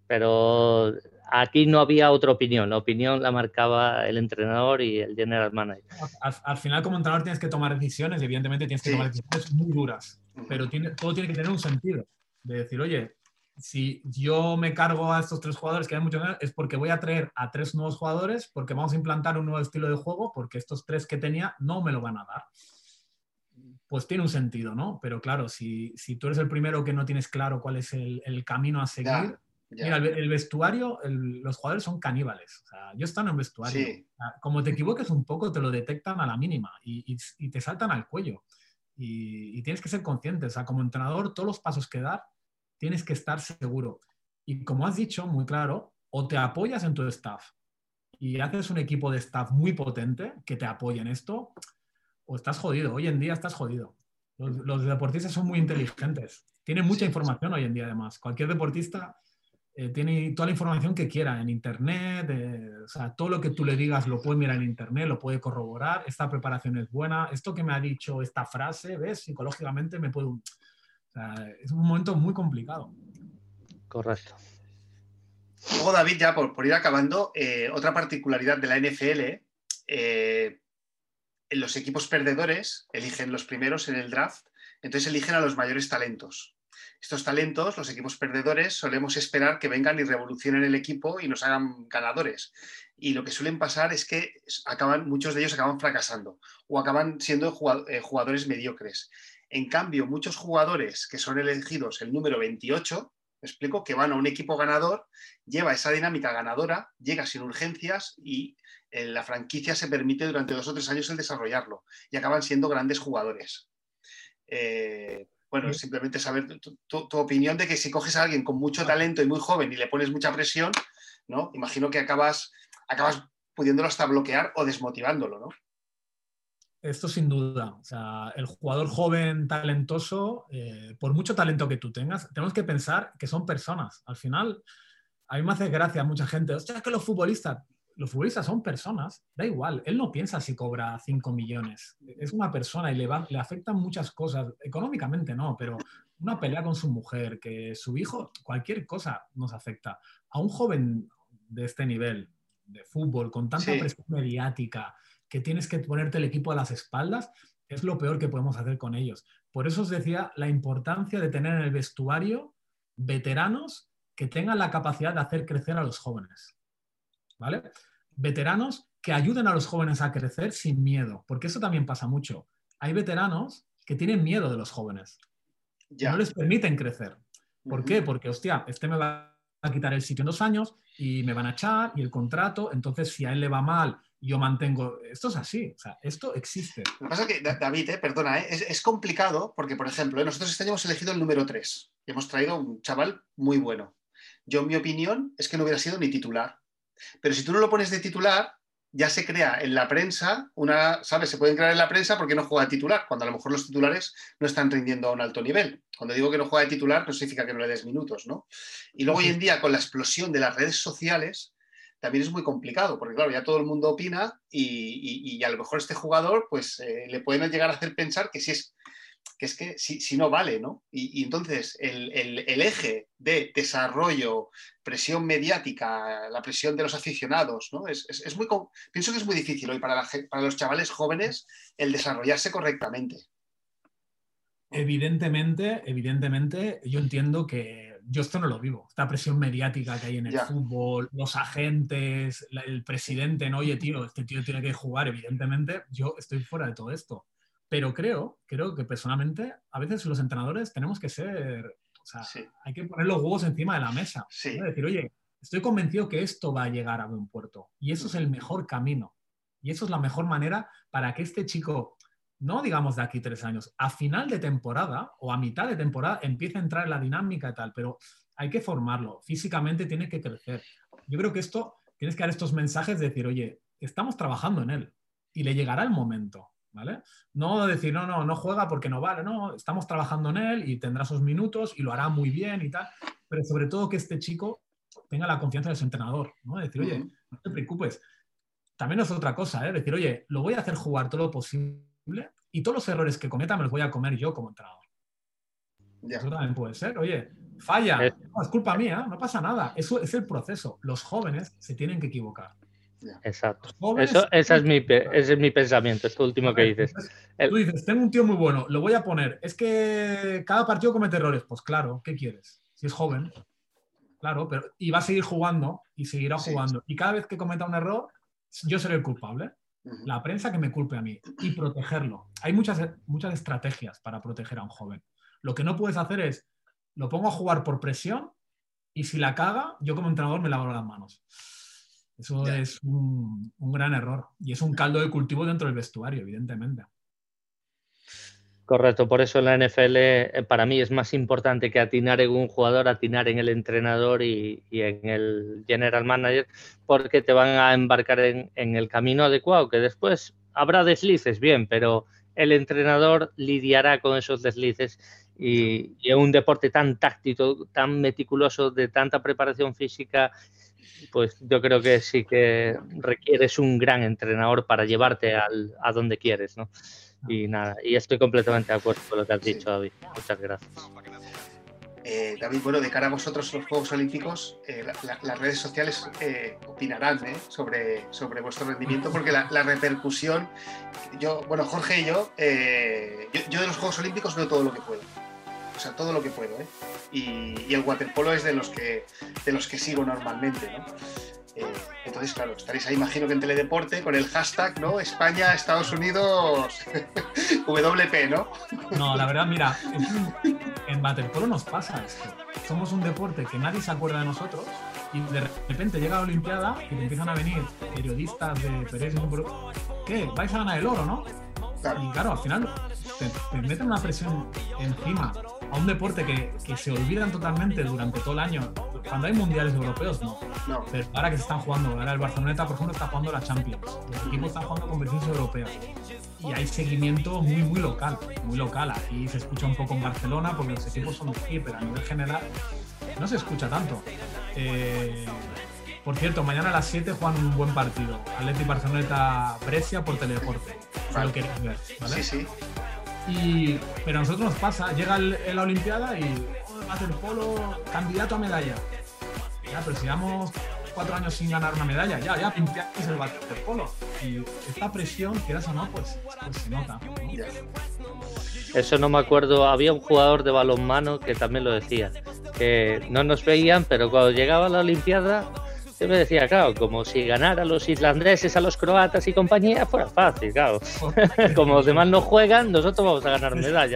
pero aquí no había otra opinión. La opinión la marcaba el entrenador y el general manager. Al, al final, como entrenador, tienes que tomar decisiones y, evidentemente, tienes que sí. tomar decisiones muy duras, pero tiene, todo tiene que tener un sentido. De decir, oye, si yo me cargo a estos tres jugadores que hay muchos años, es porque voy a traer a tres nuevos jugadores, porque vamos a implantar un nuevo estilo de juego, porque estos tres que tenía no me lo van a dar. Pues tiene un sentido, ¿no? Pero claro, si, si tú eres el primero que no tienes claro cuál es el, el camino a seguir... Ya, ya. Mira, el, el vestuario, el, los jugadores son caníbales. O sea, yo están en vestuario. Sí. O sea, como te equivoques un poco, te lo detectan a la mínima y, y, y te saltan al cuello. Y, y tienes que ser consciente. O sea, como entrenador, todos los pasos que dar, tienes que estar seguro. Y como has dicho, muy claro, o te apoyas en tu staff y haces un equipo de staff muy potente que te apoye en esto, o estás jodido. Hoy en día estás jodido. Los, los deportistas son muy inteligentes. Tienen mucha información hoy en día, además. Cualquier deportista eh, tiene toda la información que quiera en internet. Eh, o sea, todo lo que tú le digas lo puede mirar en internet, lo puede corroborar. Esta preparación es buena. Esto que me ha dicho esta frase, ¿ves? Psicológicamente me puede... O sea, es un momento muy complicado. Correcto. Luego, David, ya por, por ir acabando, eh, otra particularidad de la N F L... Eh, en los equipos perdedores eligen los primeros en el draft, entonces eligen a los mayores talentos. Estos talentos, los equipos perdedores, solemos esperar que vengan y revolucionen el equipo y nos hagan ganadores. Y lo que suelen pasar es que acaban, muchos de ellos acaban fracasando o acaban siendo jugadores mediocres. En cambio, muchos jugadores que son elegidos el número veintiocho, me explico, que van a un equipo ganador, lleva esa dinámica ganadora, llega sin urgencias y eh, la franquicia se permite durante dos o tres años el desarrollarlo y acaban siendo grandes jugadores. Eh, bueno, sí. Simplemente saber tu, tu, tu opinión de que si coges a alguien con mucho talento y muy joven y le pones mucha presión, ¿no? Imagino que acabas, acabas pudiéndolo hasta bloquear o desmotivándolo, ¿no? Esto sin duda. O sea, el jugador joven, talentoso, eh, por mucho talento que tú tengas, tenemos que pensar que son personas. Al final, a mí me hace gracia mucha gente. Hostia, que los futbolistas, los futbolistas son personas. Da igual, él no piensa si cobra cinco millones. Es una persona y le, va, le afectan muchas cosas. Económicamente no, pero una pelea con su mujer, que su hijo, cualquier cosa nos afecta. A un joven de este nivel de fútbol, con tanta sí. presión mediática, que tienes que ponerte el equipo a las espaldas, es lo peor que podemos hacer con ellos. Por eso os decía la importancia de tener en el vestuario veteranos que tengan la capacidad de hacer crecer a los jóvenes, ¿vale? Veteranos que ayuden a los jóvenes a crecer sin miedo, porque eso también pasa mucho. Hay veteranos que tienen miedo de los jóvenes, ya. No les permiten crecer. ¿Por uh-huh. qué? Porque, hostia, este me va a quitar el sitio en dos años y me van a echar y el contrato, entonces si a él le va mal, yo mantengo... Esto es así, o sea, esto existe. Lo que pasa es que, David, eh, perdona, eh, es, es complicado porque, por ejemplo, eh, nosotros este año hemos elegido el número tres y hemos traído un chaval muy bueno. Yo, en mi opinión, es que no hubiera sido ni titular. Pero si tú no lo pones de titular, ya se crea en la prensa una... ¿Sabes? Se pueden crear en la prensa porque no juega de titular, cuando a lo mejor los titulares no están rindiendo a un alto nivel. Cuando digo que no juega de titular, no significa que no le des minutos, ¿no? Y luego, sí. Hoy en día, con la explosión de las redes sociales, también es muy complicado, porque claro, ya todo el mundo opina y, y, y a lo mejor este jugador pues eh, le pueden llegar a hacer pensar que si es que, es que si, si no vale, ¿no? Y, y entonces el, el, el eje de desarrollo, presión mediática, la presión de los aficionados, ¿no? Es, es, es muy, pienso que es muy difícil hoy para, la, para los chavales jóvenes el desarrollarse correctamente. Evidentemente, evidentemente, yo entiendo que yo esto no lo vivo. Esta presión mediática que hay en el ya. Fútbol, los agentes, el presidente, no, oye, tío, este tío tiene que jugar, evidentemente, yo estoy fuera de todo esto. Pero creo, creo que personalmente, a veces los entrenadores tenemos que ser, o sea, sí. hay que poner los huevos encima de la mesa. Sí. ¿no? Decir, oye, estoy convencido que esto va a llegar a buen puerto. Y eso es el mejor camino. Y eso es la mejor manera para que este chico... no digamos de aquí tres años, a final de temporada o a mitad de temporada empieza a entrar en la dinámica y tal, pero hay que formarlo, físicamente tiene que crecer. Yo creo que esto, tienes que dar estos mensajes de decir, oye, estamos trabajando en él y le llegará el momento, ¿vale? No decir, no, no, no juega porque no vale, no, estamos trabajando en él y tendrá sus minutos y lo hará muy bien y tal, pero sobre todo que este chico tenga la confianza de su entrenador, ¿no? Decir, oye, uh-huh. no te preocupes. También es otra cosa, ¿eh? Decir, oye, lo voy a hacer jugar todo lo posible y todos los errores que cometa me los voy a comer yo como entrenador. Ya. Eso también puede ser. Oye, falla, es, no, es culpa mía, no pasa nada. Eso es el proceso. Los jóvenes se tienen que equivocar. Exacto. Eso, ese, es mi, ese es mi pensamiento, esto último que dices. Entonces, tú dices, tengo un tío muy bueno, lo voy a poner. Es que cada partido comete errores. Pues claro, ¿qué quieres? si es joven, claro, pero y va a seguir jugando y seguirá Sí. jugando. Y cada vez que cometa un error, yo seré el culpable. Ujú. La prensa que me culpe a mí y protegerlo. Hay muchas, muchas estrategias para proteger a un joven. Lo que no puedes hacer es, lo pongo a jugar por presión y si la caga, yo como entrenador me lavo las manos. Eso Ya. es un, un gran error y es un caldo de cultivo dentro del vestuario, evidentemente. Correcto, por eso en la N F L eh, para mí es más importante que atinar en un jugador, atinar en el entrenador y, y en el general manager, porque te van a embarcar en, en el camino adecuado, que después habrá deslices, bien, pero el entrenador lidiará con esos deslices y, y en un deporte tan táctico, tan meticuloso, de tanta preparación física, pues yo creo que sí que requieres un gran entrenador para llevarte al, a donde quieres, ¿no? Y nada, y estoy completamente de acuerdo con lo que has Sí. dicho, David. Muchas gracias. Eh, David, bueno, de cara a vosotros los Juegos Olímpicos, eh, la, la, las redes sociales eh, opinarán ¿eh? sobre, sobre vuestro rendimiento, porque la, la repercusión, yo, bueno, Jorge y yo, eh, yo, yo de los Juegos Olímpicos veo todo lo que puedo, o sea, todo lo que puedo, ¿eh? y, y el waterpolo es de los que, de los que sigo normalmente, ¿no? Eh, entonces, claro, estaréis ahí, imagino que en Teledeporte, con el hashtag, ¿no? España, Estados Unidos, W P, ¿no? No, la verdad, mira, en, en waterpolo nos pasa esto. Somos un deporte que nadie se acuerda de nosotros y de repente llega la Olimpiada y te empiezan a venir periodistas de periodismo. ¿Qué? ¿Vais a ganar el oro, no? Claro. Y claro, al final te, te meten una presión encima a un deporte que, que se olvidan totalmente durante todo el año. Cuando hay mundiales europeos, no. No. Pero ahora que se están jugando, ahora el Barceloneta, por ejemplo, está jugando la Champions. Los equipos están jugando competiciones europeas. Y hay seguimiento muy, muy local. Muy local. Aquí se escucha un poco en Barcelona porque los equipos son de aquí, pero a nivel general no se escucha tanto. Eh, por cierto, mañana a las siete juegan un buen partido. Atleti Barceloneta Brescia por Teledeporte. Si Vale. lo queréis ver, ¿vale? Sí, sí. Y, pero a nosotros nos pasa, llega el, el la Olimpiada y oh, waterpolo candidato a medalla. Ya, pero si llevamos cuatro años sin ganar una medalla, ya, ya limpiamos el waterpolo. Y esta presión, quieras o no, pues, pues se nota, ¿no? Ya. Eso no me acuerdo, había un jugador de balonmano que también lo decía, que no nos veían, pero cuando llegaba la Olimpiada, siempre decía, claro, como si ganara a los islandeses, a los croatas y compañía, fuera fácil, claro. Como los demás no juegan, nosotros vamos a ganar medalla.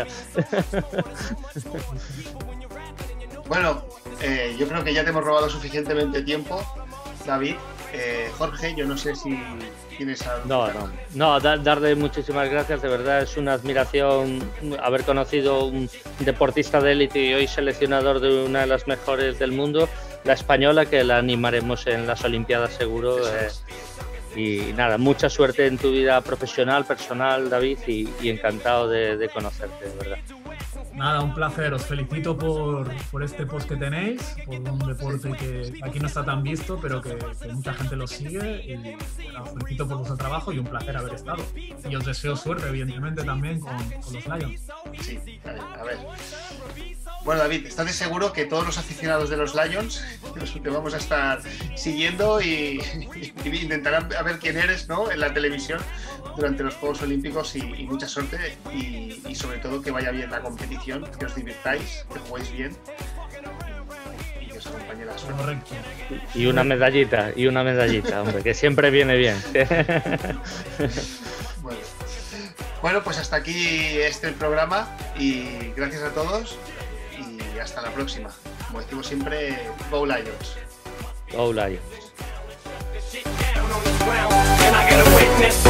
Bueno, eh, yo creo que ya te hemos robado suficientemente tiempo, David. Eh, Jorge, yo no sé si tienes algo. No, no, no, da, darle muchísimas gracias, de verdad es una admiración haber conocido un deportista de élite y hoy seleccionador de una de las mejores del mundo, la española, que la animaremos en las Olimpiadas seguro. Eh, y nada, mucha suerte en tu vida profesional, personal, David, y, y encantado de, de conocerte, de verdad. Nada, un placer. Os felicito por, por este post que tenéis, por un deporte que aquí no está tan visto, pero que, que mucha gente lo sigue. Y bueno, os felicito por vuestro trabajo y un placer haber estado. Y os deseo suerte, evidentemente, también con, con los Lions. Sí, a ver. Bueno, David, ¿estás de seguro que todos los aficionados de los Lions te vamos a estar siguiendo y, y intentarán a ver quién eres, ¿no?, en la televisión durante los Juegos Olímpicos y, y mucha suerte y, y sobre todo que vaya bien la competición, que os divirtáis, que juguéis bien y que os acompañe la suerte. Correcto. Y una medallita, y una medallita, hombre, que siempre viene bien. Bueno. Bueno, pues hasta aquí este programa y gracias a todos y hasta la próxima. Como decimos siempre, Go Lions. Go Lions. And I get a witness.